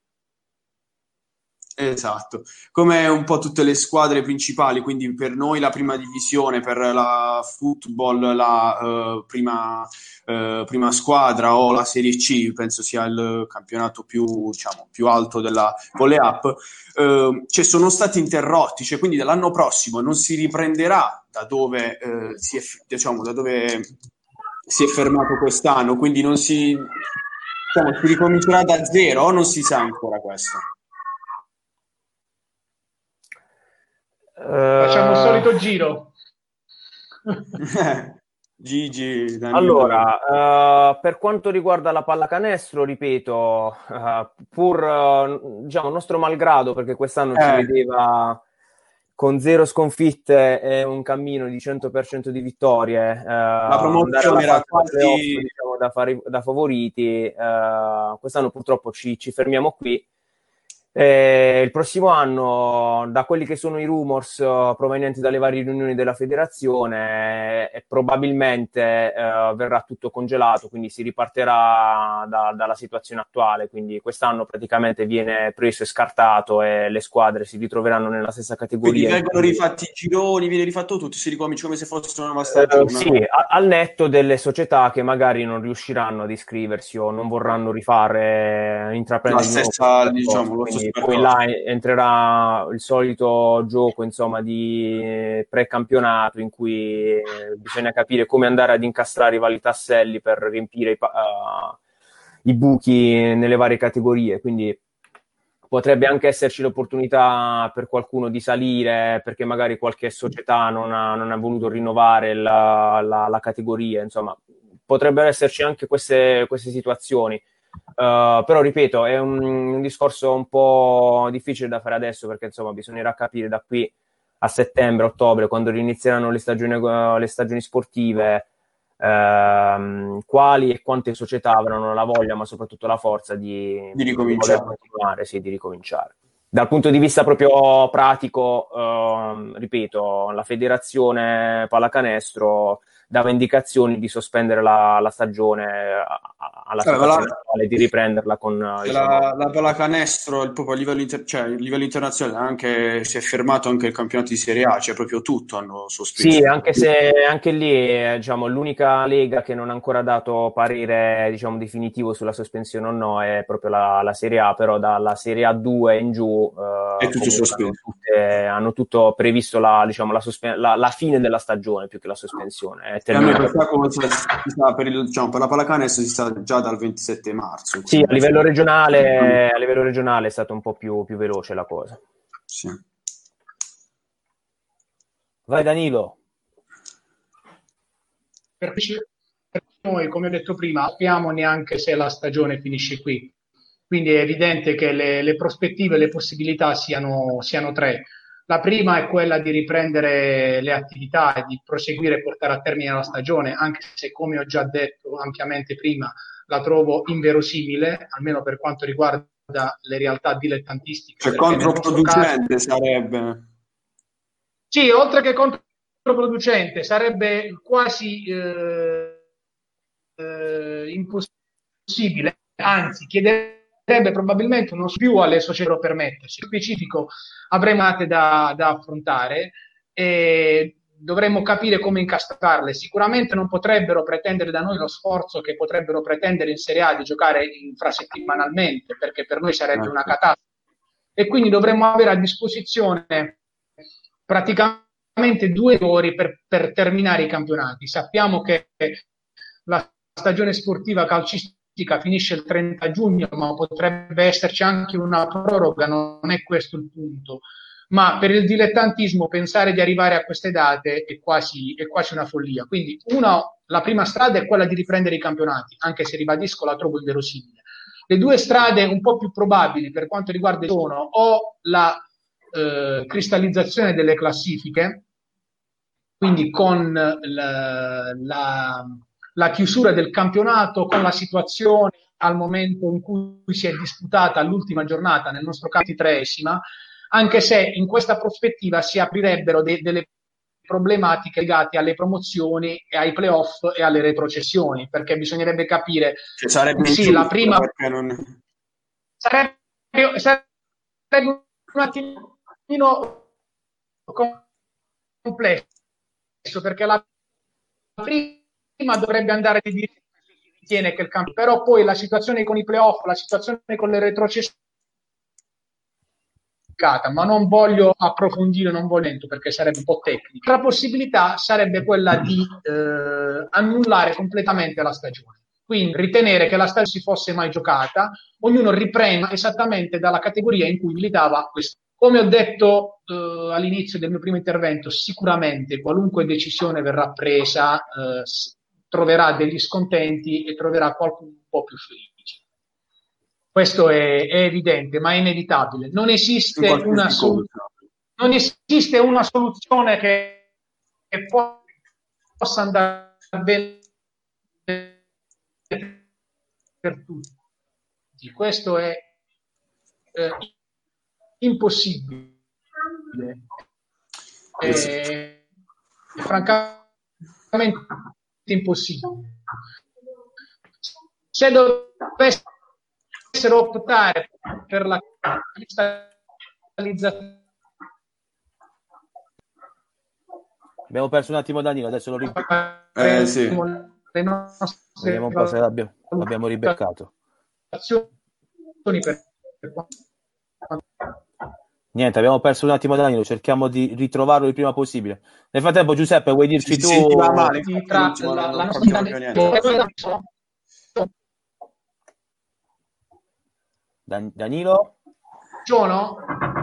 esatto, come un po' tutte le squadre principali, quindi per noi la prima divisione, per la football la uh, prima, uh, prima squadra o la Serie C, penso sia il campionato più, diciamo, più alto della Volley Up, uh, cioè sono stati interrotti, cioè quindi dall'anno prossimo non si riprenderà da dove, uh, si, è, diciamo, da dove si è fermato quest'anno, quindi non si, diciamo, si ricomincerà da zero o non si sa ancora questo? Facciamo il solito giro. Gigi, Danilo. Allora, uh, per quanto riguarda la pallacanestro, ripeto, uh, pur uh, diciamo nostro malgrado, perché quest'anno eh. ci vedeva con zero sconfitte e un cammino di cento per cento di vittorie, uh, la promozione era quasi playoff, diciamo, da, fare, da favoriti, uh, quest'anno purtroppo ci, ci fermiamo qui. Eh, il prossimo anno, da quelli che sono i rumors uh, provenienti dalle varie riunioni della federazione, eh, probabilmente uh, verrà tutto congelato, quindi si ripartirà da, dalla situazione attuale, quindi quest'anno praticamente viene preso e scartato e le squadre si ritroveranno nella stessa categoria. Quindi vengono rifatti i gironi, viene rifatto tutto, si ricomincia come se fosse una nuova stagione. Uh, sì, a, al netto delle società che magari non riusciranno ad iscriversi o non vorranno rifare, intraprendere la stessa, diciamo, lo stesso poi là entrerà il solito gioco insomma di precampionato in cui bisogna capire come andare ad incastrare i vari tasselli per riempire i, uh, i buchi nelle varie categorie, quindi potrebbe anche esserci l'opportunità per qualcuno di salire perché magari qualche società non ha, non ha voluto rinnovare la, la, la categoria, insomma potrebbero esserci anche queste, queste situazioni. Uh, però ripeto è un, un discorso un po' difficile da fare adesso perché insomma bisognerà capire da qui a settembre, ottobre, quando rinizieranno le stagioni, uh, le stagioni sportive, uh, quali e quante società avranno la voglia ma soprattutto la forza di, di ricominciare. Di continuare, sì, di ricominciare. Dal punto di vista proprio pratico, uh, ripeto, la federazione pallacanestro dava indicazioni di sospendere la, la stagione a, a, alla Vabbè, situazione la- attuale di riprenderla con eh, diciamo, La, la pallacanestro il- proprio a livello, inter- cioè, a livello internazionale anche, si è fermato anche il campionato di Serie A, cioè proprio tutto hanno sospeso. Sì, anche se anche lì è, diciamo, l'unica lega che non ha ancora dato parere, diciamo, definitivo sulla sospensione o no è proprio la, la Serie A, però dalla Serie A due in giù eh, È tutto comunque sospeso. hanno, tutte- hanno tutto previsto la, diciamo, la, sospen- la, la fine della stagione più che la sospensione. È E a noi terminata. per, questa cosa si sta per, il- diciamo, per la pallacanestro si sta già dal ventisette marzo. Sì, a quindi- livello regionale, a livello regionale è stata un po' più, più veloce la cosa. Sì. Vai Danilo. Per per noi, come ho detto prima, non sappiamo neanche se la stagione finisce qui. Quindi è evidente che le, le prospettive, le possibilità siano, siano tre. La prima è quella di riprendere le attività e di proseguire e portare a termine la stagione, anche se, come ho già detto ampiamente prima, la trovo inverosimile, almeno per quanto riguarda le realtà dilettantistiche. Cioè perché nel nostro caso- controproducente sarebbe. Sì, oltre che controproducente, sarebbe quasi eh, eh, impossibile, anzi chiederebbe probabilmente uno più alle società per permettersi. In specifico avremo date da, da affrontare e dovremmo capire come incastrarle. Sicuramente non potrebbero pretendere da noi lo sforzo che potrebbero pretendere in Serie A di giocare infrasettimanalmente, perché per noi sarebbe una catastrofe. E quindi dovremmo avere a disposizione praticamente due ore per, per terminare i campionati. Sappiamo che la stagione sportiva calcistica finisce il trenta giugno, ma potrebbe esserci anche una proroga, non è questo il punto. Ma per il dilettantismo pensare di arrivare a queste date è quasi, è quasi una follia. Quindi una, la prima strada è quella di riprendere i campionati, anche se ribadisco la trovo inverosimile. Le due strade un po' più probabili per quanto riguarda sono o la eh, cristallizzazione delle classifiche, quindi con la, la, la chiusura del campionato, con la situazione al momento in cui si è disputata l'ultima giornata, nel nostro caso tredicesima, anche se in questa prospettiva si aprirebbero de- delle problematiche legate alle promozioni e ai playoff e alle retrocessioni, perché bisognerebbe capire Cioè, sarebbe sì, ingiusto, la prima perché non... sarebbe, sarebbe un attimino complesso, perché la prima dovrebbe andare di diritto, ritiene che il campo, però poi la situazione con i playoff, la situazione con le retrocessioni, ma non voglio approfondire, non voglio, perché sarebbe un po' tecnico. La possibilità sarebbe quella di eh, annullare completamente la stagione, quindi ritenere che la stagione si fosse mai giocata, ognuno riprenda esattamente dalla categoria in cui militava questo. Come ho detto eh, all'inizio del mio primo intervento, sicuramente qualunque decisione verrà presa eh, troverà degli scontenti e troverà qualcuno un po' più felice. Questo è, è evidente, ma è inevitabile. Non esiste una, sol- non esiste una soluzione che, che possa andare bene per tutti. Questo è eh, impossibile. È, è francamente impossibile. Se dovesse optare per la cristallizzazione. Abbiamo perso un attimo Danilo, adesso lo ripeto. Eh, sì. Vediamo un po' se l'abbiamo, l'abbiamo ribeccato. Niente, abbiamo perso un attimo Danilo, cerchiamo di ritrovarlo il prima possibile. Nel frattempo, Giuseppe, vuoi dirci si tu? sentiva male, tra la, la, la non nostra Dan- Danilo? Sono?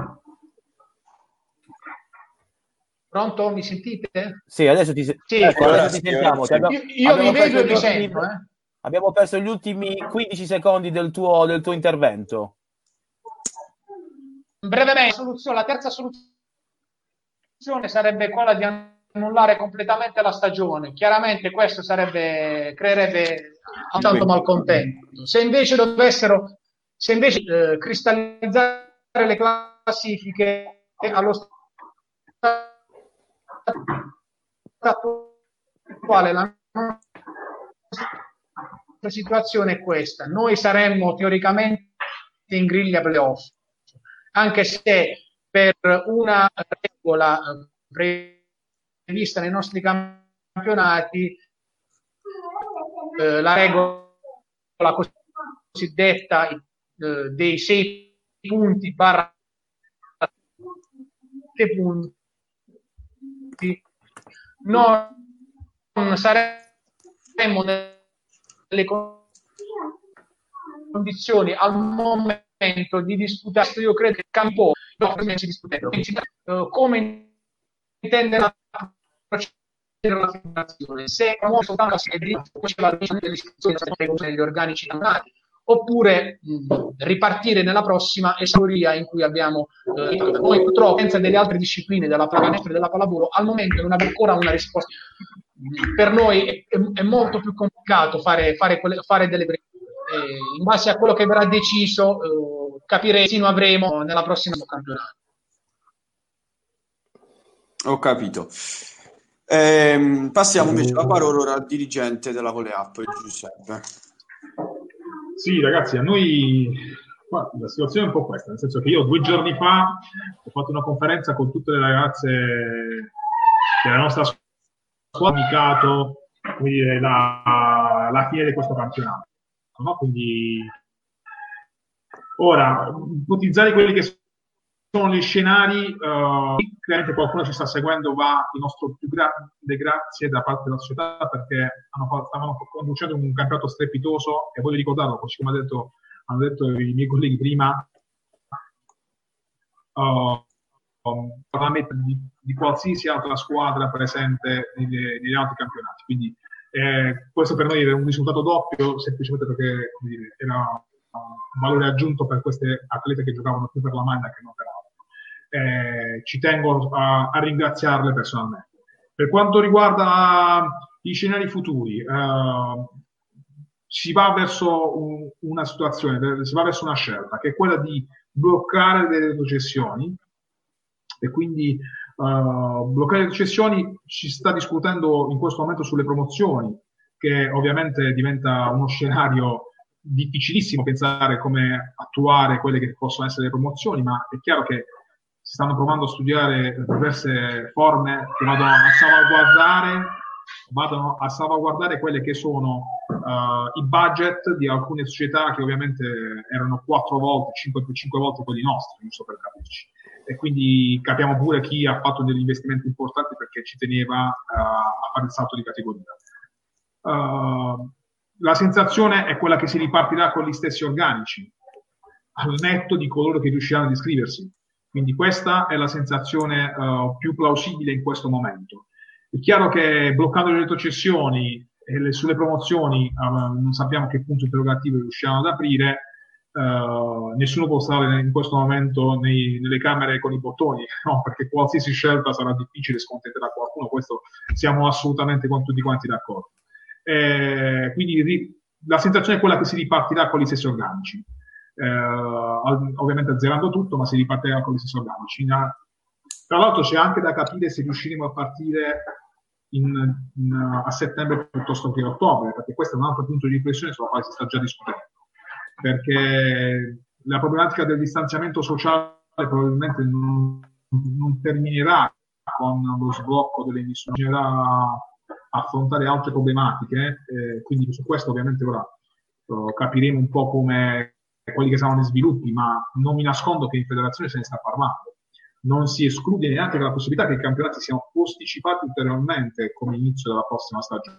Pronto? Mi sentite? Sì, adesso ti, se- Sì, ecco, ora adesso ti sì, sentiamo. ora Ti sì. abbiamo, Io, io abbiamo vi perso vedo e gli vi ultimi, sento, eh. abbiamo perso gli ultimi quindici secondi del tuo, del tuo intervento. Brevemente, la, soluzione, la terza soluzione sarebbe quella di annullare completamente la stagione. Chiaramente questo sarebbe, creerebbe un tanto malcontento. Se invece dovessero, se invece eh, cristallizzare le classifiche allo stato attuale, la situazione è questa: noi saremmo teoricamente in griglia playoff, anche se per una regola prevista nei nostri campionati, eh, la regola cosiddetta eh, dei sei punti barra punti, non saremmo nelle condizioni al momento di disputare. Io credo che il campo no, si discutendo uh, come intende la procedere la federazione, se muove soltanto la serie, poi c'è la dell'istituzione degli organici campionati, oppure mh, ripartire nella prossima esauria in cui abbiamo eh, noi purtroppo senza delle altre discipline della pallacanestro e della pallavolo al momento non abbiamo ancora una risposta. Per noi è, è, è molto più complicato fare, fare, quelle, fare delle eh, in base a quello che verrà deciso eh, capire se lo avremo nella prossima campionato. Ho capito. Ehm, passiamo invece la parola ora al dirigente della Voleap, Giuseppe. Sì, ragazzi, a noi la situazione è un po' questa, nel senso che io due giorni fa ho fatto una conferenza con tutte le ragazze della nostra squadra, ho comunicato la, la fine di questo campionato, no? Quindi ora, ipotizzare quelli che sono gli scenari, uh, chiaramente qualcuno ci sta seguendo, va il nostro più grande grazie da parte della società, perché hanno, stavano conducendo un campionato strepitoso, e voglio ricordarlo, così come ha detto, hanno detto i miei colleghi prima, uh, um, parametri di, di qualsiasi altra squadra presente negli, negli altri campionati. Quindi eh, questo per noi era un risultato doppio, semplicemente perché, come dire, era un valore aggiunto per queste atlete che giocavano più per la maglia che non per altro. Eh, ci tengo a, a ringraziarle personalmente. Per quanto riguarda gli scenari futuri, eh, si va verso un, una situazione, si va verso una scelta che è quella di bloccare le retrocessioni, e quindi uh, bloccare le retrocessioni. Si sta discutendo in questo momento sulle promozioni, che ovviamente diventa uno scenario difficilissimo pensare come attuare quelle che possono essere le promozioni, ma è chiaro che si stanno provando a studiare diverse forme che vadano a salvaguardare, vadano a salvaguardare quelle che sono uh, i budget di alcune società che ovviamente erano quattro volte, cinque, cinque volte quelli nostri, giusto per capirci. E quindi capiamo pure chi ha fatto degli investimenti importanti perché ci teneva uh, a fare il salto di categoria. Uh, la sensazione è quella che si ripartirà con gli stessi organici, al netto di coloro che riusciranno ad iscriversi. Quindi questa è la sensazione uh, più plausibile in questo momento. È chiaro che bloccando le retrocessioni e le, sulle promozioni uh, non sappiamo che punto interrogativo riusciranno ad aprire. Uh, nessuno può stare in questo momento nei, nelle camere con i bottoni, no? Perché qualsiasi scelta sarà difficile, scontenterà qualcuno, questo siamo assolutamente con tutti quanti d'accordo. Eh, quindi ri, la sensazione è quella che si ripartirà con gli stessi organici, eh, ovviamente azzerando tutto, ma si ripartirà con gli stessi organici. Tra l'altro c'è anche da capire se riusciremo a partire in, in, a settembre piuttosto che a ottobre, perché questo è un altro punto di riflessione sulla quale si sta già discutendo, perché la problematica del distanziamento sociale probabilmente non, non terminerà con lo sblocco delle emissioni, bisognerà affrontare altre problematiche, eh, quindi su questo ovviamente ora uh, capiremo un po' come quelli che saranno gli sviluppi, ma non mi nascondo che in federazione se ne sta parlando. Non si esclude neanche la possibilità che i campionati siano posticipati ulteriormente come inizio della prossima stagione.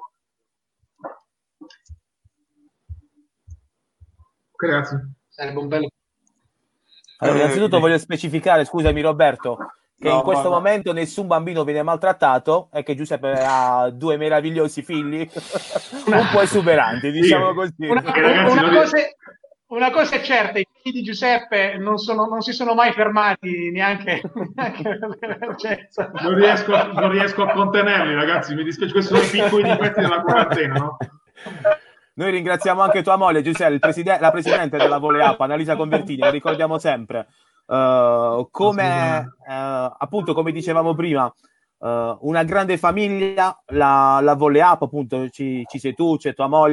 Ok, ragazzi. Sarebbe un bello. Allora, innanzitutto Eh, voglio specificare, scusami Roberto, che no, in questo va, va. momento nessun bambino viene maltrattato e che Giuseppe ha due meravigliosi figli un po' esuberanti, diciamo Sì. così. Una, ragazzi, una non cosa, una cosa è certa, i figli di Giuseppe non, sono, non si sono mai fermati neanche, neanche l'emergenza. Non riesco, non riesco a contenerli, ragazzi, mi dispiace, questi sono i piccoli difetti della quarantena, no? Noi ringraziamo anche tua moglie, Giuseppe, il preside- la presidente della Voleap, Annalisa Convertini, lo ricordiamo sempre. Uh, come uh, appunto come dicevamo prima, uh, una grande famiglia, la, la Voleap, appunto ci, ci sei tu, c'è tua moglie,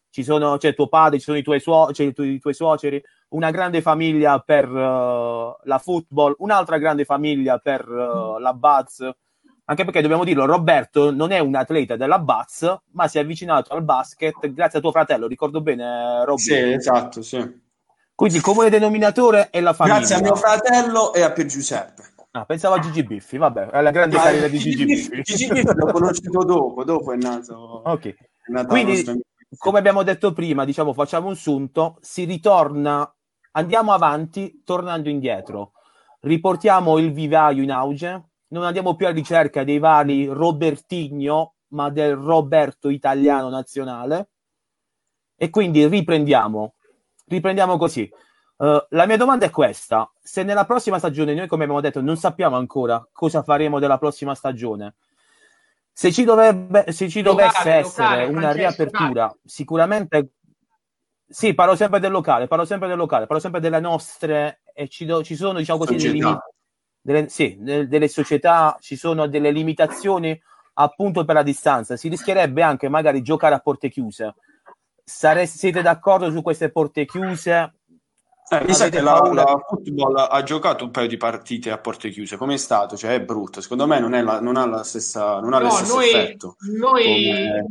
ci sono, c'è tuo padre, ci sono i tuoi, suo, cioè, i, tuoi, i tuoi suoceri, una grande famiglia per uh, la football, un'altra grande famiglia per uh, la Baz, anche perché dobbiamo dirlo, Roberto non è un atleta della Baz, ma si è avvicinato al basket grazie a tuo fratello, ricordo bene, Robby? Sì, esatto, sì. Quindi il comune denominatore è la famiglia. Grazie a mio fratello e a Pier Giuseppe. Ah, pensavo a Gigi Biffi, vabbè, è la grande Ma carriera di Gigi Biffi. Gigi Biffi l'ho conosciuto dopo, dopo è nato. Ok. È nata Quindi, la nostra... come abbiamo detto prima, diciamo, facciamo un sunto, si ritorna, andiamo avanti tornando indietro, riportiamo il vivaio in auge, non andiamo più a ricerca dei vari Robertinho, ma del Roberto italiano nazionale, e quindi riprendiamo, riprendiamo così. Uh, la mia domanda è questa: se nella prossima stagione, noi come abbiamo detto non sappiamo ancora cosa faremo della prossima stagione, se ci, dovrebbe, se ci locale, dovesse essere locale, una Francesco, riapertura, locale. Sicuramente sì, parlo sempre del locale, parlo sempre del locale, parlo sempre delle nostre, e ci, do, ci sono, diciamo così, delle, limi, delle, sì, delle, delle società, ci sono delle limitazioni appunto per la distanza, si rischierebbe anche magari giocare a porte chiuse. Sare, siete d'accordo su queste porte chiuse? Eh, mi sa che la, la football ha giocato un paio di partite a porte chiuse. Com'è stato? Cioè, è brutto. Secondo me non, è la, non ha la stessa, non ha no, lo stesso noi, effetto. Noi... Come...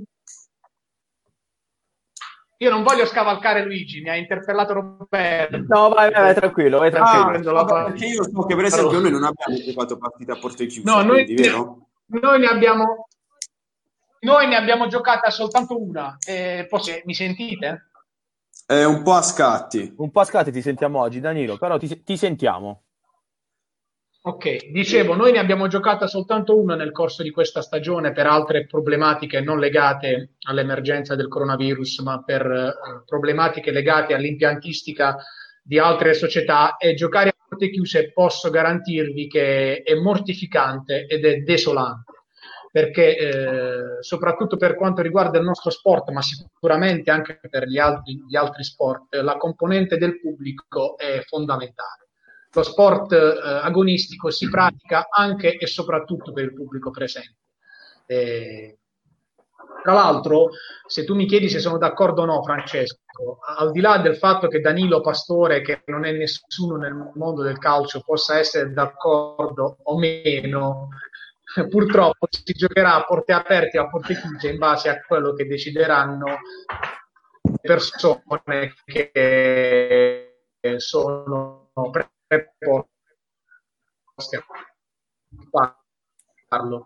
Io non voglio scavalcare Luigi, mi ha interpellato Roberto. No, vai, vai, vai tranquillo, vai tranquillo. Ah, vabbè, perché io so che per esempio allora, noi non abbiamo giocato partite a porte chiuse, no, quindi, noi, vero? Noi ne abbiamo noi ne abbiamo giocata soltanto una. Eh, posso, mi sentite? È un po' a scatti. Un po' a scatti ti sentiamo oggi, Danilo, però ti, ti sentiamo. Ok, dicevo, noi ne abbiamo giocata soltanto una nel corso di questa stagione per altre problematiche non legate all'emergenza del coronavirus, ma per eh, problematiche legate all'impiantistica di altre società, e giocare a porte chiuse posso garantirvi che è mortificante ed è desolante, perché eh, soprattutto per quanto riguarda il nostro sport, ma sicuramente anche per gli altri, gli altri sport, la componente del pubblico è fondamentale. Lo sport eh, agonistico si pratica anche e soprattutto per il pubblico presente. Eh, tra l'altro, se tu mi chiedi se sono d'accordo o no, Francesco, al di là del fatto che Danilo Pastore, che non è nessuno nel mondo del calcio, possa essere d'accordo o meno, purtroppo si giocherà a porte aperte o a porte chiuse in base a quello che decideranno le persone che sono pre- preposte a farlo.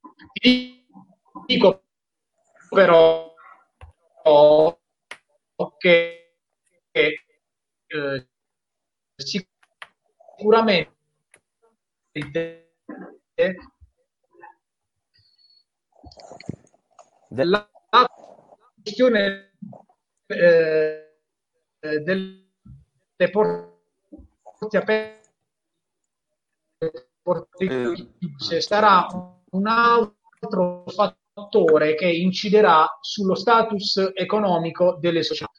Dico però che eh, sicuramente la questione eh, delle porte aperte, porte chiuse, sarà un altro fattore che inciderà sullo status economico delle società.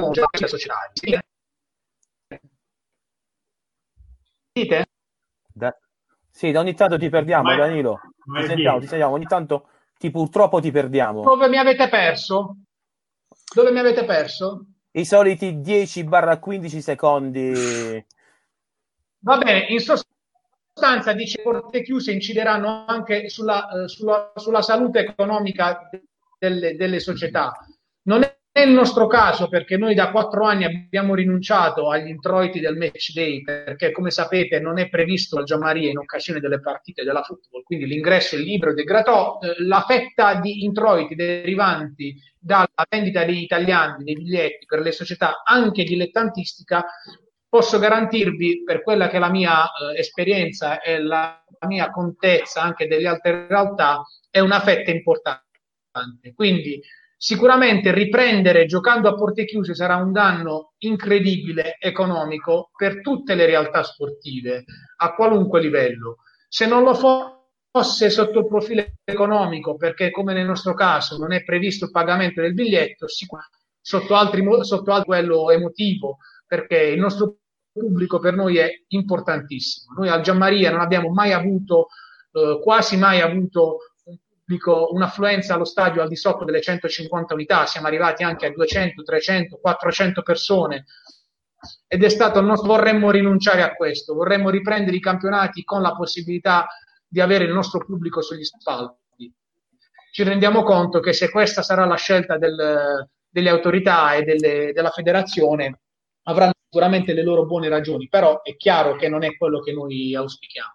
Dite? Da, sì, da ogni tanto ti perdiamo, Vai, Danilo. vai Ti sentiamo, ti sentiamo, ogni tanto ti, purtroppo ti perdiamo. Dove mi avete perso? Dove mi avete perso? I soliti dieci quindici secondi. Va bene, in sostanza dice porte chiuse incideranno anche sulla, uh, sulla, sulla salute economica delle, delle società. Non è il nostro caso, perché noi da quattro anni abbiamo rinunciato agli introiti del match day, perché come sapete non è previsto al Giammaria in occasione delle partite della football, quindi l'ingresso è libero ed è gratuito. La fetta di introiti derivanti dalla vendita degli italiani dei biglietti per le società anche dilettantistica, posso garantirvi, per quella che è la mia eh, esperienza e la, la mia contezza anche delle altre realtà, è una fetta importante. Quindi sicuramente riprendere giocando a porte chiuse sarà un danno incredibile economico per tutte le realtà sportive a qualunque livello. Se non lo fosse sotto il profilo economico, perché come nel nostro caso non è previsto il pagamento del biglietto, sicuramente sotto altri sotto altro quello emotivo, perché il nostro pubblico per noi è importantissimo. Noi al Giammaria non abbiamo mai avuto, eh, quasi mai avuto pubblico, un'affluenza allo stadio al di sotto delle centocinquanta unità, siamo arrivati anche a duecento, trecento, quattrocento persone, ed è stato il nostro, vorremmo rinunciare a questo, vorremmo riprendere i campionati con la possibilità di avere il nostro pubblico sugli spalti. Ci rendiamo conto che se questa sarà la scelta del, delle autorità e delle, della federazione, avranno sicuramente le loro buone ragioni, però è chiaro che non è quello che noi auspichiamo.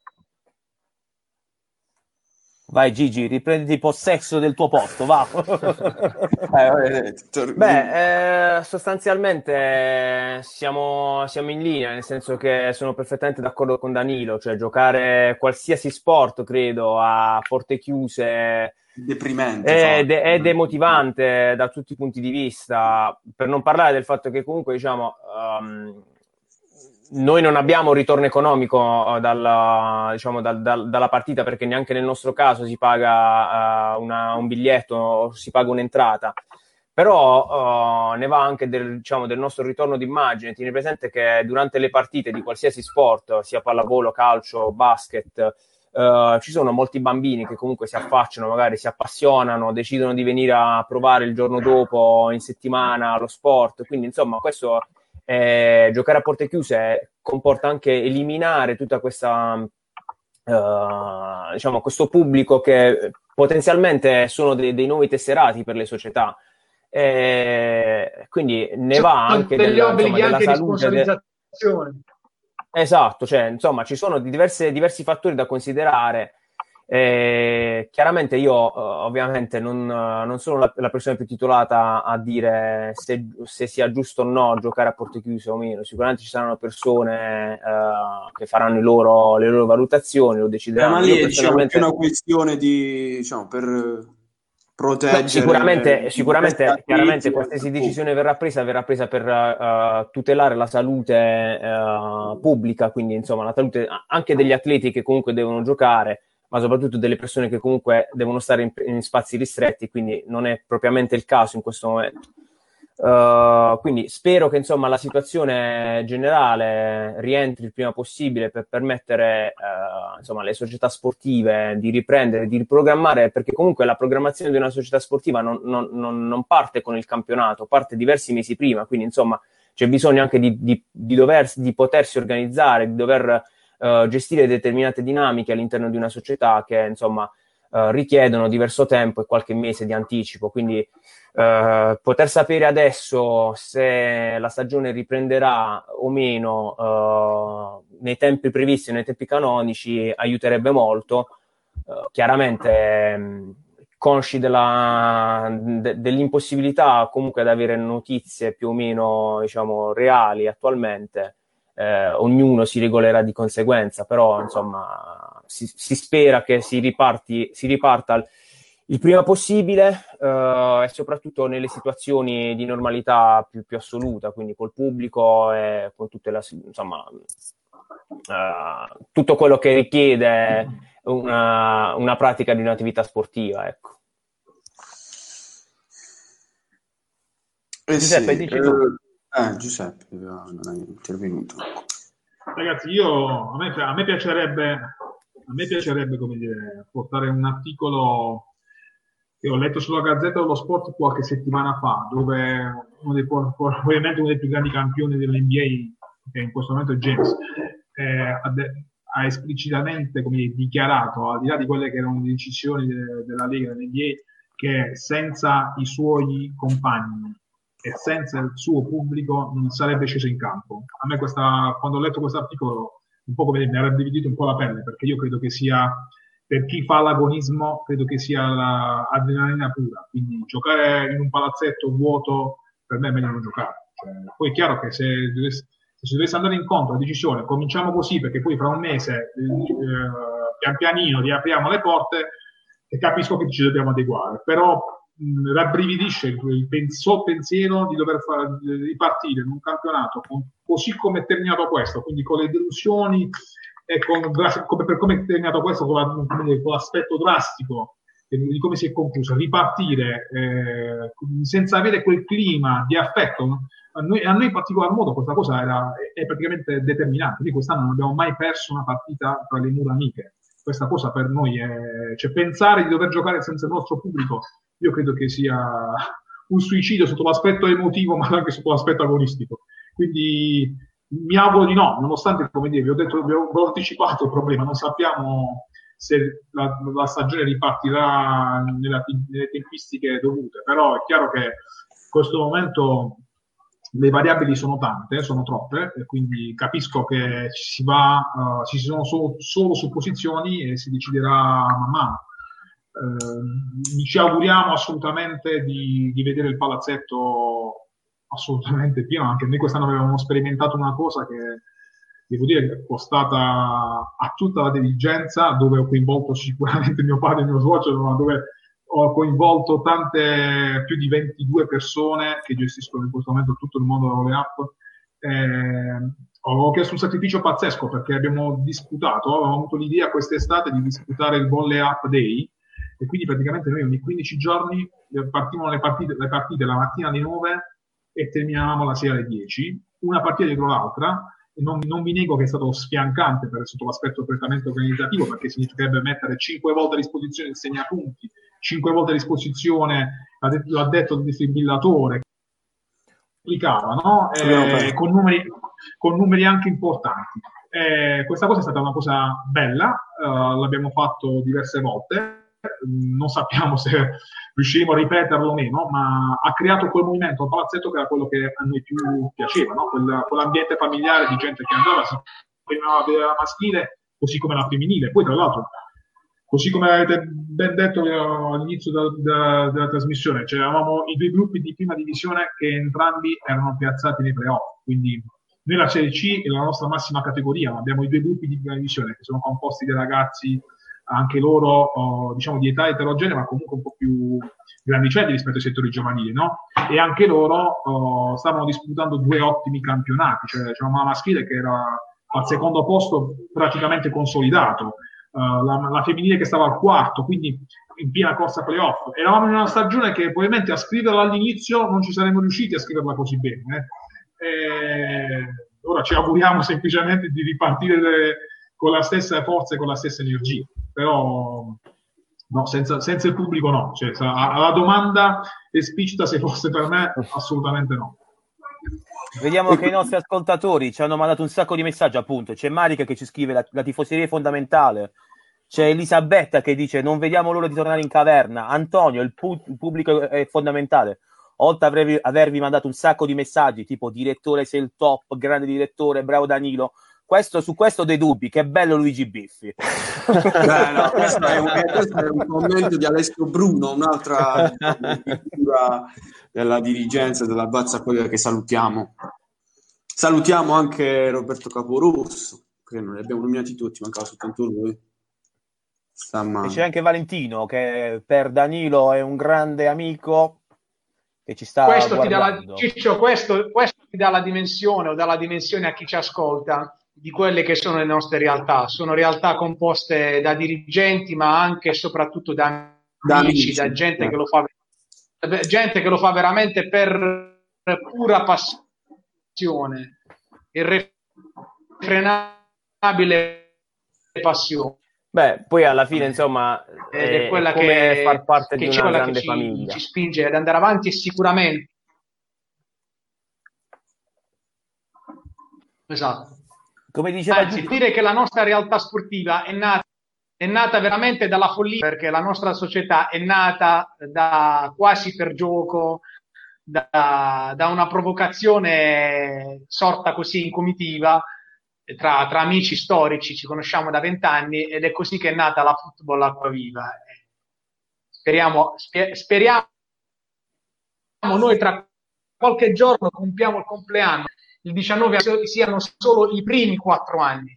Vai Gigi, riprenditi possesso del tuo posto, va. Beh, eh, sostanzialmente siamo, siamo in linea, nel senso che sono perfettamente d'accordo con Danilo, cioè giocare qualsiasi sport, credo, a porte chiuse deprimente, è, de- è demotivante da tutti i punti di vista, per non parlare del fatto che comunque, diciamo... Um, noi non abbiamo ritorno economico dalla, diciamo, dal, dal, dalla partita, perché neanche nel nostro caso si paga uh, una, un biglietto, si paga un'entrata, però uh, ne va anche del, diciamo, del nostro ritorno d'immagine. Tieni presente che durante le partite di qualsiasi sport, sia pallavolo, calcio, basket, uh, ci sono molti bambini che comunque si affacciano, magari si appassionano, decidono di venire a provare il giorno dopo, in settimana, lo sport, quindi insomma questo... Eh, giocare a porte chiuse comporta anche eliminare tutta questa uh, diciamo questo pubblico che potenzialmente sono dei, dei nuovi tesserati per le società, eh, quindi ne C'è va anche degli della, obblighi insomma, anche della di salute sponsorizzazione. de... esatto, cioè insomma ci sono diverse, diversi fattori da considerare. Eh, chiaramente io uh, ovviamente non, uh, non sono la, la persona più titolata a dire se, se sia giusto o no giocare a porte chiuse o meno. Sicuramente ci saranno persone uh, che faranno i loro, le loro valutazioni, lo decideranno. Eh, ma lì io è personalmente... diciamo, una questione di diciamo, per proteggere. Beh, sicuramente, sicuramente chiaramente critiche, qualsiasi decisione verrà presa verrà presa per uh, tutelare la salute uh, pubblica, quindi insomma la salute anche degli atleti che comunque devono giocare, ma soprattutto delle persone che comunque devono stare in, in spazi ristretti, quindi non è propriamente il caso in questo momento. Uh, quindi spero che insomma la situazione generale rientri il prima possibile per permettere uh, insomma alle società sportive di riprendere, di riprogrammare, perché comunque la programmazione di una società sportiva non, non, non, non parte con il campionato, parte diversi mesi prima, quindi insomma c'è bisogno anche di, di, di, dover, di potersi organizzare, di dover uh, gestire determinate dinamiche all'interno di una società che insomma uh, richiedono diverso tempo e qualche mese di anticipo, quindi Uh, poter sapere adesso se la stagione riprenderà o meno uh, nei tempi previsti, nei tempi canonici, aiuterebbe molto. Uh, chiaramente mh, consci della, de, dell'impossibilità comunque di avere notizie più o meno diciamo reali attualmente, eh, ognuno si regolerà di conseguenza, però insomma si, si spera che si riparti, si riparta al, il prima possibile uh, e soprattutto nelle situazioni di normalità più, più assoluta, quindi col pubblico e con tutte le, insomma, uh, tutto quello che richiede una, una pratica di un'attività sportiva, ecco. Eh Giuseppe, sì, dici eh, tu. Eh, Giuseppe non è intervenuto. Ragazzi, io a me, a me piacerebbe a me piacerebbe come dire portare un articolo che ho letto sulla Gazzetta dello Sport qualche settimana fa, dove uno dei, ovviamente uno dei più grandi campioni dell'N B A, che in questo momento è James, eh, ha, de- ha esplicitamente come dire, dichiarato, al di là di quelle che erano le decisioni de- della Lega dell'N B A, che senza i suoi compagni e senza il suo pubblico non sarebbe sceso in campo. A me questa, quando ho letto questo articolo un po' come mi ha rabbrividito un po' la pelle, perché io credo che sia, per chi fa l'agonismo, credo che sia l'adrenalina pura, quindi giocare in un palazzetto vuoto per me è meglio non giocare. Cioè, poi è chiaro che se, dovesse, se si dovesse andare incontro alla decisione, cominciamo così perché poi fra un mese eh, pian pianino riapriamo le porte, e capisco che ci dobbiamo adeguare, però mh, rabbrividisce il penso, pensiero di dover far, ripartire in un campionato con, così come è terminato questo, quindi con le delusioni e con, come, per come è terminato questo, con, la, con l'aspetto drastico di come si è concluso, ripartire eh, senza avere quel clima di affetto. A noi, a noi in particolar modo questa cosa era, è praticamente determinante. Quindi quest'anno non abbiamo mai perso una partita tra le mura amiche. questa cosa per noi è, cioè pensare di dover giocare senza il nostro pubblico, io credo che sia un suicidio sotto l'aspetto emotivo, ma anche sotto l'aspetto agonistico. Quindi mi auguro di no, nonostante, come dire, vi ho detto, vi ho, vi ho anticipato il problema, non sappiamo se la, la stagione ripartirà nella, nelle tempistiche dovute, però è chiaro che in questo momento le variabili sono tante, sono troppe, e quindi capisco che si va, uh, ci sono solo, solo supposizioni e si deciderà man mano. Uh, ci auguriamo assolutamente di, di vedere il palazzetto assolutamente pieno. Anche noi quest'anno avevamo sperimentato una cosa che devo dire che è costata a tutta la dirigenza, dove ho coinvolto sicuramente mio padre e mio suocero, ma dove ho coinvolto tante, più di ventidue persone che gestiscono in questo momento tutto il mondo della volley up. Eh, ho chiesto un sacrificio pazzesco, perché abbiamo disputato, avevamo avuto l'idea quest'estate di disputare il Volley Up Day, e quindi praticamente noi ogni quindici giorni partivano le partite, le partite la mattina alle nove e terminavamo la sera alle dieci, una partita dietro l'altra. Non, non vi nego che è stato sfiancante per, sotto l'aspetto prettamente organizzativo, perché significherebbe mettere cinque volte a disposizione il segnapunti, cinque volte a disposizione l'addetto del defibrillatore, applicava, no? Eh, con, numeri, con numeri anche importanti. Eh, questa cosa è stata una cosa bella, uh, l'abbiamo fatto diverse volte, non sappiamo se riusciremo a ripeterlo o meno, ma ha creato quel movimento al palazzetto che era quello che a noi più piaceva, no? Quel, quell'ambiente familiare di gente che andava, si prima la maschile così come la femminile. Poi tra l'altro, così come avete ben detto all'inizio da, da, della trasmissione, cioè avevamo i due gruppi di prima divisione che entrambi erano piazzati nei playoff, quindi noi la Serie C è la nostra massima categoria, ma abbiamo i due gruppi di prima divisione che sono composti da ragazzi anche loro, oh, diciamo, di età eterogenea, ma comunque un po' più grandicelli rispetto ai settori giovanili, no? E anche loro oh, stavano disputando due ottimi campionati, cioè c'era una maschile che era al secondo posto praticamente consolidato, uh, la, la femminile che stava al quarto, quindi in piena corsa playoff. Eravamo in una stagione che probabilmente a scriverla all'inizio non ci saremmo riusciti a scriverla così bene. Eh? E ora ci auguriamo semplicemente di ripartire le, con la stessa forza e con la stessa energia, però no, senza, senza il pubblico no, cioè, alla domanda esplicita se fosse per me, assolutamente no. Vediamo che i nostri ascoltatori ci hanno mandato un sacco di messaggi, appunto. C'è Marica che ci scrive la, la tifoseria è fondamentale, c'è Elisabetta che dice non vediamo l'ora di tornare in caverna, Antonio il, pu- il pubblico è fondamentale, oltre ad avervi, avervi mandato un sacco di messaggi tipo direttore sei il top, grande direttore, bravo Danilo. Questo, su questo dei dubbi, che bello Luigi Biffi. Beh, no, questo, è un, questo è un commento di Alessio Bruno, un'altra figura della dirigenza della Bazza Quella, che salutiamo. Salutiamo anche Roberto Caporosso, che non li abbiamo nominati tutti, mancava soltanto lui. E c'è anche Valentino, che per Danilo è un grande amico che ci sta questo guardando. Ti dà la, Ciccio, questo, questo ti dà la dimensione, o dà la dimensione a chi ci ascolta, di quelle che sono le nostre realtà. Sono realtà composte da dirigenti, ma anche e soprattutto da da amici, amici, da gente, eh. che lo fa, gente che lo fa veramente per pura passione, irrefrenabile passione. Beh, poi alla fine, insomma, ed è, è quella è come che, far parte che di una grande che ci, famiglia. ci spinge ad andare avanti, e sicuramente esatto. Come diceva Anzi, dire che la nostra realtà sportiva è nata, è nata veramente dalla follia, perché la nostra società è nata da quasi per gioco, da, da una provocazione sorta così in comitiva tra, tra amici storici, ci conosciamo da vent'anni, ed è così che è nata la Football Acquaviva. Speriamo, sper, speriamo noi tra qualche giorno compiamo il compleanno, il diciannove siano solo i primi quattro anni.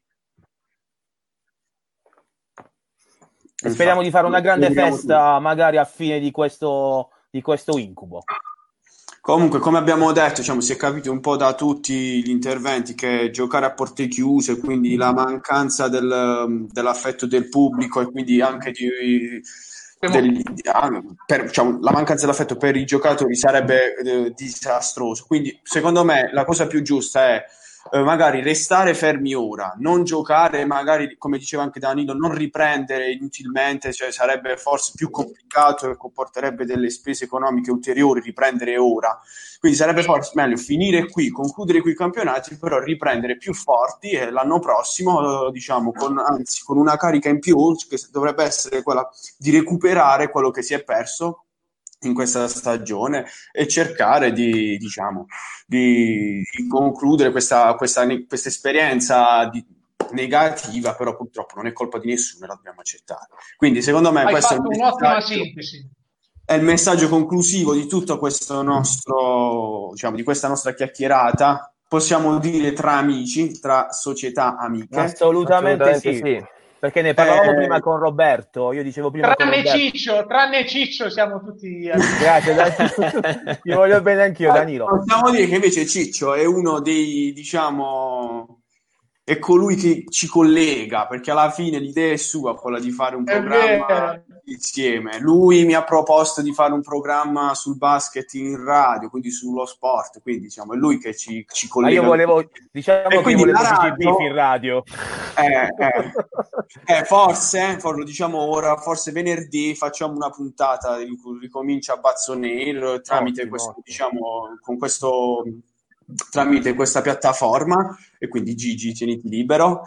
E speriamo di fare una grande festa magari a fine di questo, di questo incubo. Comunque, come abbiamo detto, diciamo, si è capito un po' da tutti gli interventi che giocare a porte chiuse, quindi la mancanza del, dell'affetto del pubblico e quindi anche di, del, per, diciamo, la mancanza dell'affetto per i giocatori sarebbe eh, disastroso. Quindi, secondo me, la cosa più giusta è eh, magari restare fermi ora, non giocare, magari come diceva anche Danilo, non riprendere inutilmente, cioè sarebbe forse più complicato e comporterebbe delle spese economiche ulteriori riprendere ora. Quindi sarebbe forse meglio finire qui, concludere qui i campionati, però riprendere più forti e l'anno prossimo, eh, diciamo, con, anzi, con una carica in più, che dovrebbe essere quella di recuperare quello che si è perso in questa stagione e cercare di, diciamo, di, di concludere questa, questa, questa esperienza di, negativa, però purtroppo non è colpa di nessuno e la dobbiamo accettare. Quindi secondo me Hai questo fatto è il un'ottima sintesi. È il messaggio conclusivo di tutto questo nostro, diciamo, di questa nostra chiacchierata. Possiamo dire tra amici, tra società amiche. Assolutamente, Assolutamente sì. sì. Perché ne parlavamo eh... prima con Roberto, io dicevo prima tranne con Roberto. Ciccio, tranne Ciccio siamo tutti amici. Grazie, Danilo. Ti voglio bene anch'io, Danilo. Possiamo dire che invece Ciccio è uno dei, diciamo, è colui che ci collega, perché alla fine l'idea è sua, quella di fare un programma insieme. Lui mi ha proposto di fare un programma sul basket in radio, quindi sullo sport, quindi diciamo è lui che ci, ci collega. Ma io volevo, diciamo e che io volevo radio, in radio. Eh, eh, eh, forse, lo diciamo ora, forse venerdì facciamo una puntata in cui ricomincia Bazzonair tramite ottimo, questo, ottimo. diciamo, con questo... tramite questa piattaforma, e quindi Gigi tieniti libero.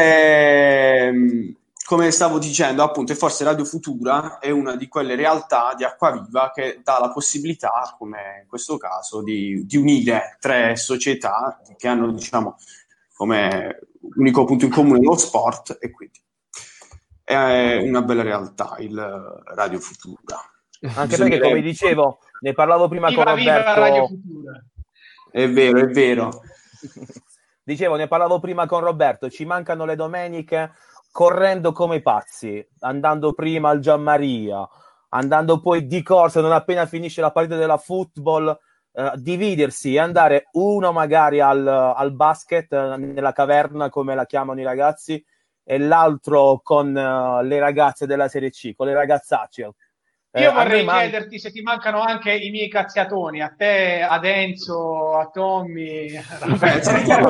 E, come stavo dicendo, appunto, e forse Radio Futura è una di quelle realtà di Acquaviva che dà la possibilità, come in questo caso, di, di unire tre società che hanno, diciamo, come unico punto in comune lo sport, e quindi è una bella realtà il Radio Futura. Anche perché, come dicevo, ne parlavo prima viva, con Roberto. Viva Radio Futura. È vero, è vero. Dicevo, ne parlavo prima con Roberto, ci mancano le domeniche correndo come pazzi, andando prima al Gianmaria, andando poi di corsa non appena finisce la partita della football, eh, dividersi e andare uno magari al, al basket, eh, nella caverna come la chiamano i ragazzi, e l'altro con uh, le ragazze della Serie C, con le ragazzacce. Io eh, vorrei man- chiederti se ti mancano anche i miei cazziatoni, a te, ad Enzo, a Tommy. Beh,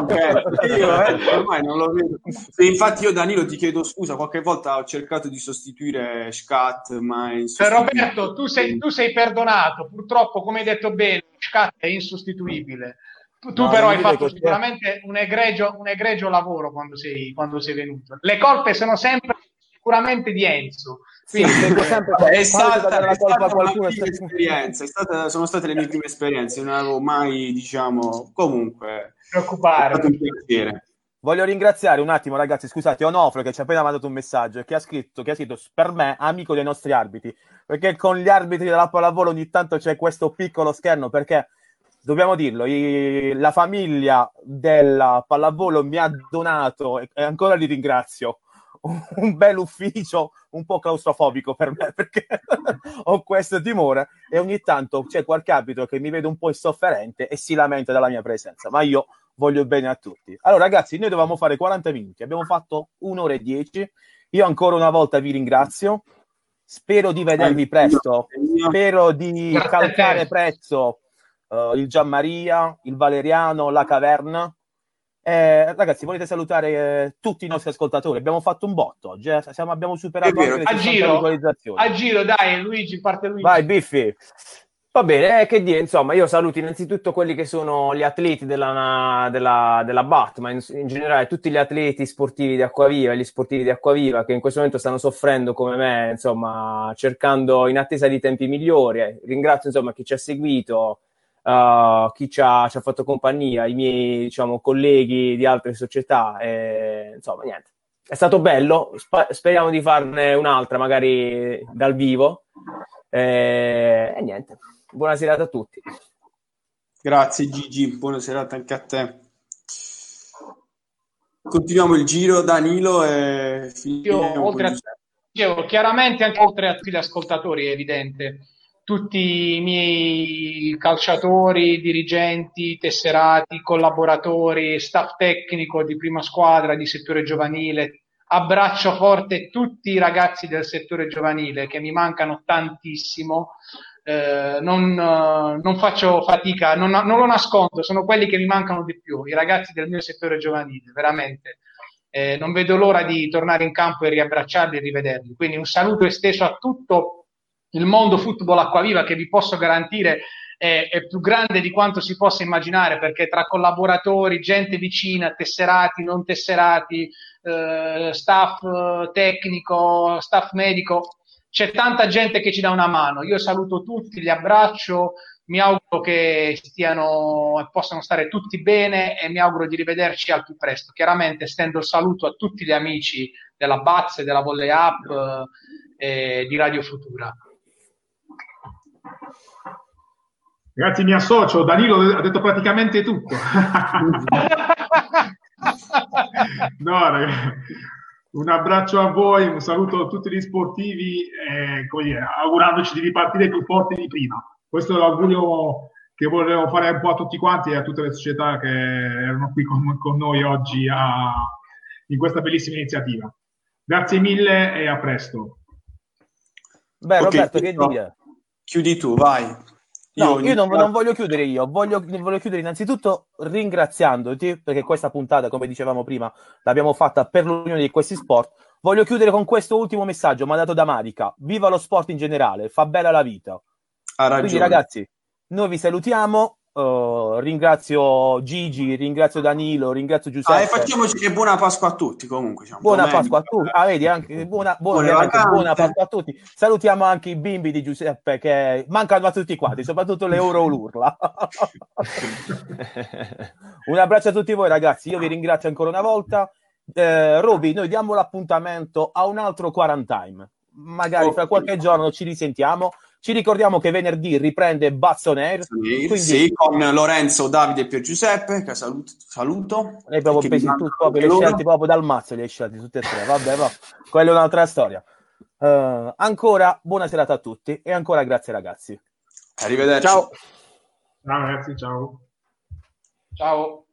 io eh, ormai non lo vedo. E infatti io, Danilo, ti chiedo scusa, qualche volta ho cercato di sostituire Scat, ma è Roberto, tu sei, tu sei perdonato, purtroppo, come hai detto bene, Scat è insostituibile. Tu, tu no, però hai fatto sicuramente un egregio, un egregio lavoro quando sei, quando sei venuto. Le colpe sono sempre sicuramente di Enzo. Sì, sempre, è stata, è stata una prima esperienza, è stata, sono state le mie prime esperienze, non avevo mai, diciamo, comunque preoccupare. È stato un piacere. Voglio ringraziare un attimo, ragazzi, scusate, Onofre che ci ha appena mandato un messaggio, che ha scritto, che ha scritto per me, amico dei nostri arbitri, perché con gli arbitri della pallavolo ogni tanto c'è questo piccolo scherno, perché dobbiamo dirlo, i, la famiglia della pallavolo mi ha donato, e, e ancora li ringrazio, un bel ufficio un po' claustrofobico per me, perché ho questo timore e ogni tanto c'è qualche arbitro che mi vede un po' insofferente e si lamenta della mia presenza, ma io voglio bene a tutti. Allora ragazzi, noi dovevamo fare quaranta minuti, abbiamo fatto un'ora e dieci, io ancora una volta vi ringrazio, spero di vedervi presto, spero di calcare prezzo uh, il Gianmaria, il Valeriano, la Caverna. Eh, ragazzi, volete salutare eh, tutti i nostri ascoltatori? Abbiamo fatto un botto oggi, eh? Siamo, abbiamo superato anche le a giro, visualizzazioni. A giro, dai, Luigi, parte Luigi. Vai, Biffi. Va bene, eh, che dire, insomma, io saluto innanzitutto quelli che sono gli atleti della, della, della B A T, ma in, in generale tutti gli atleti sportivi di Acquaviva, gli sportivi di Acquaviva che in questo momento stanno soffrendo come me, insomma, cercando in attesa di tempi migliori. Eh. Ringrazio, insomma, chi ci ha seguito. Uh, chi ci ha, ci ha fatto compagnia, i miei, diciamo, colleghi di altre società, e, insomma, niente, è stato bello, Sp- speriamo di farne un'altra magari dal vivo, e, e niente, buona serata a tutti. Grazie Gigi, buona serata anche a te. Continuiamo il giro, Danilo, e io, oltre a, io, chiaramente anche oltre a tutti gli ascoltatori è evidente, tutti i miei calciatori, dirigenti, tesserati, collaboratori, staff tecnico di prima squadra, di settore giovanile. Abbraccio forte tutti i ragazzi del settore giovanile che mi mancano tantissimo. eh, non, eh, non faccio fatica, non, non lo nascondo, sono quelli che mi mancano di più, i ragazzi del mio settore giovanile, veramente. Eh, non vedo l'ora di tornare in campo e riabbracciarli e rivederli. Quindi un saluto esteso a tutto il mondo football acquaviva, che vi posso garantire è, è più grande di quanto si possa immaginare, perché tra collaboratori, gente vicina, tesserati, non tesserati, eh, staff eh, tecnico, staff medico, c'è tanta gente che ci dà una mano. Io saluto tutti, li abbraccio, mi auguro che stiano e possano stare tutti bene e mi auguro di rivederci al più presto. Chiaramente stendo il saluto a tutti gli amici della Bazze, della Volley Up eh, e di Radio Futura. Ragazzi, mi associo, Danilo ha detto praticamente tutto. No, ragazzi, un abbraccio a voi, un saluto a tutti gli sportivi, eh, come dire, augurandoci di ripartire più forti di prima. Questo è l'augurio che volevo fare un po' a tutti quanti e a tutte le società che erano qui con, con noi oggi a, in questa bellissima iniziativa. Grazie mille e a presto. Beh, Okay, Roberto, che no, dire? chiudi tu, vai. No, Io, io non, non voglio chiudere io, voglio, voglio chiudere innanzitutto ringraziandoti, perché questa puntata, come dicevamo prima, l'abbiamo fatta per l'unione di questi sport. Voglio chiudere con questo ultimo messaggio mandato da Marica: viva lo sport in generale, fa bella la vita. Ha ragione. Quindi ragazzi, noi vi salutiamo, uh, ringrazio Gigi, ringrazio Danilo, ringrazio Giuseppe. Ah, e facciamoci che buona Pasqua a tutti comunque. Diciamo, Buona domenica. Pasqua a tutti. Ah, vedi, anche buona, buona, Buone anche buona vacanze. Pasqua a tutti. Salutiamo anche i bimbi di Giuseppe che mancano a tutti quanti, soprattutto le Euro l'urla. Un abbraccio a tutti voi ragazzi, io vi ringrazio ancora una volta. Eh, Roby, noi diamo l'appuntamento a un altro quarantine. Magari Oh. fra qualche giorno ci risentiamo. Ci ricordiamo che venerdì riprende Buzz on Air. Sì, Quindi sì, con Lorenzo, Davide e Pier Giuseppe, che saluto. saluto lei proprio che presi mi tu mancano proprio, anche le loro. scelti proprio dal mazzo, li hai scelti tutte e tre. Vabbè, va. Quella è un'altra storia. Uh, ancora buona serata a tutti e ancora grazie ragazzi. Arrivederci. Ciao. Ciao ragazzi, ciao. Ciao.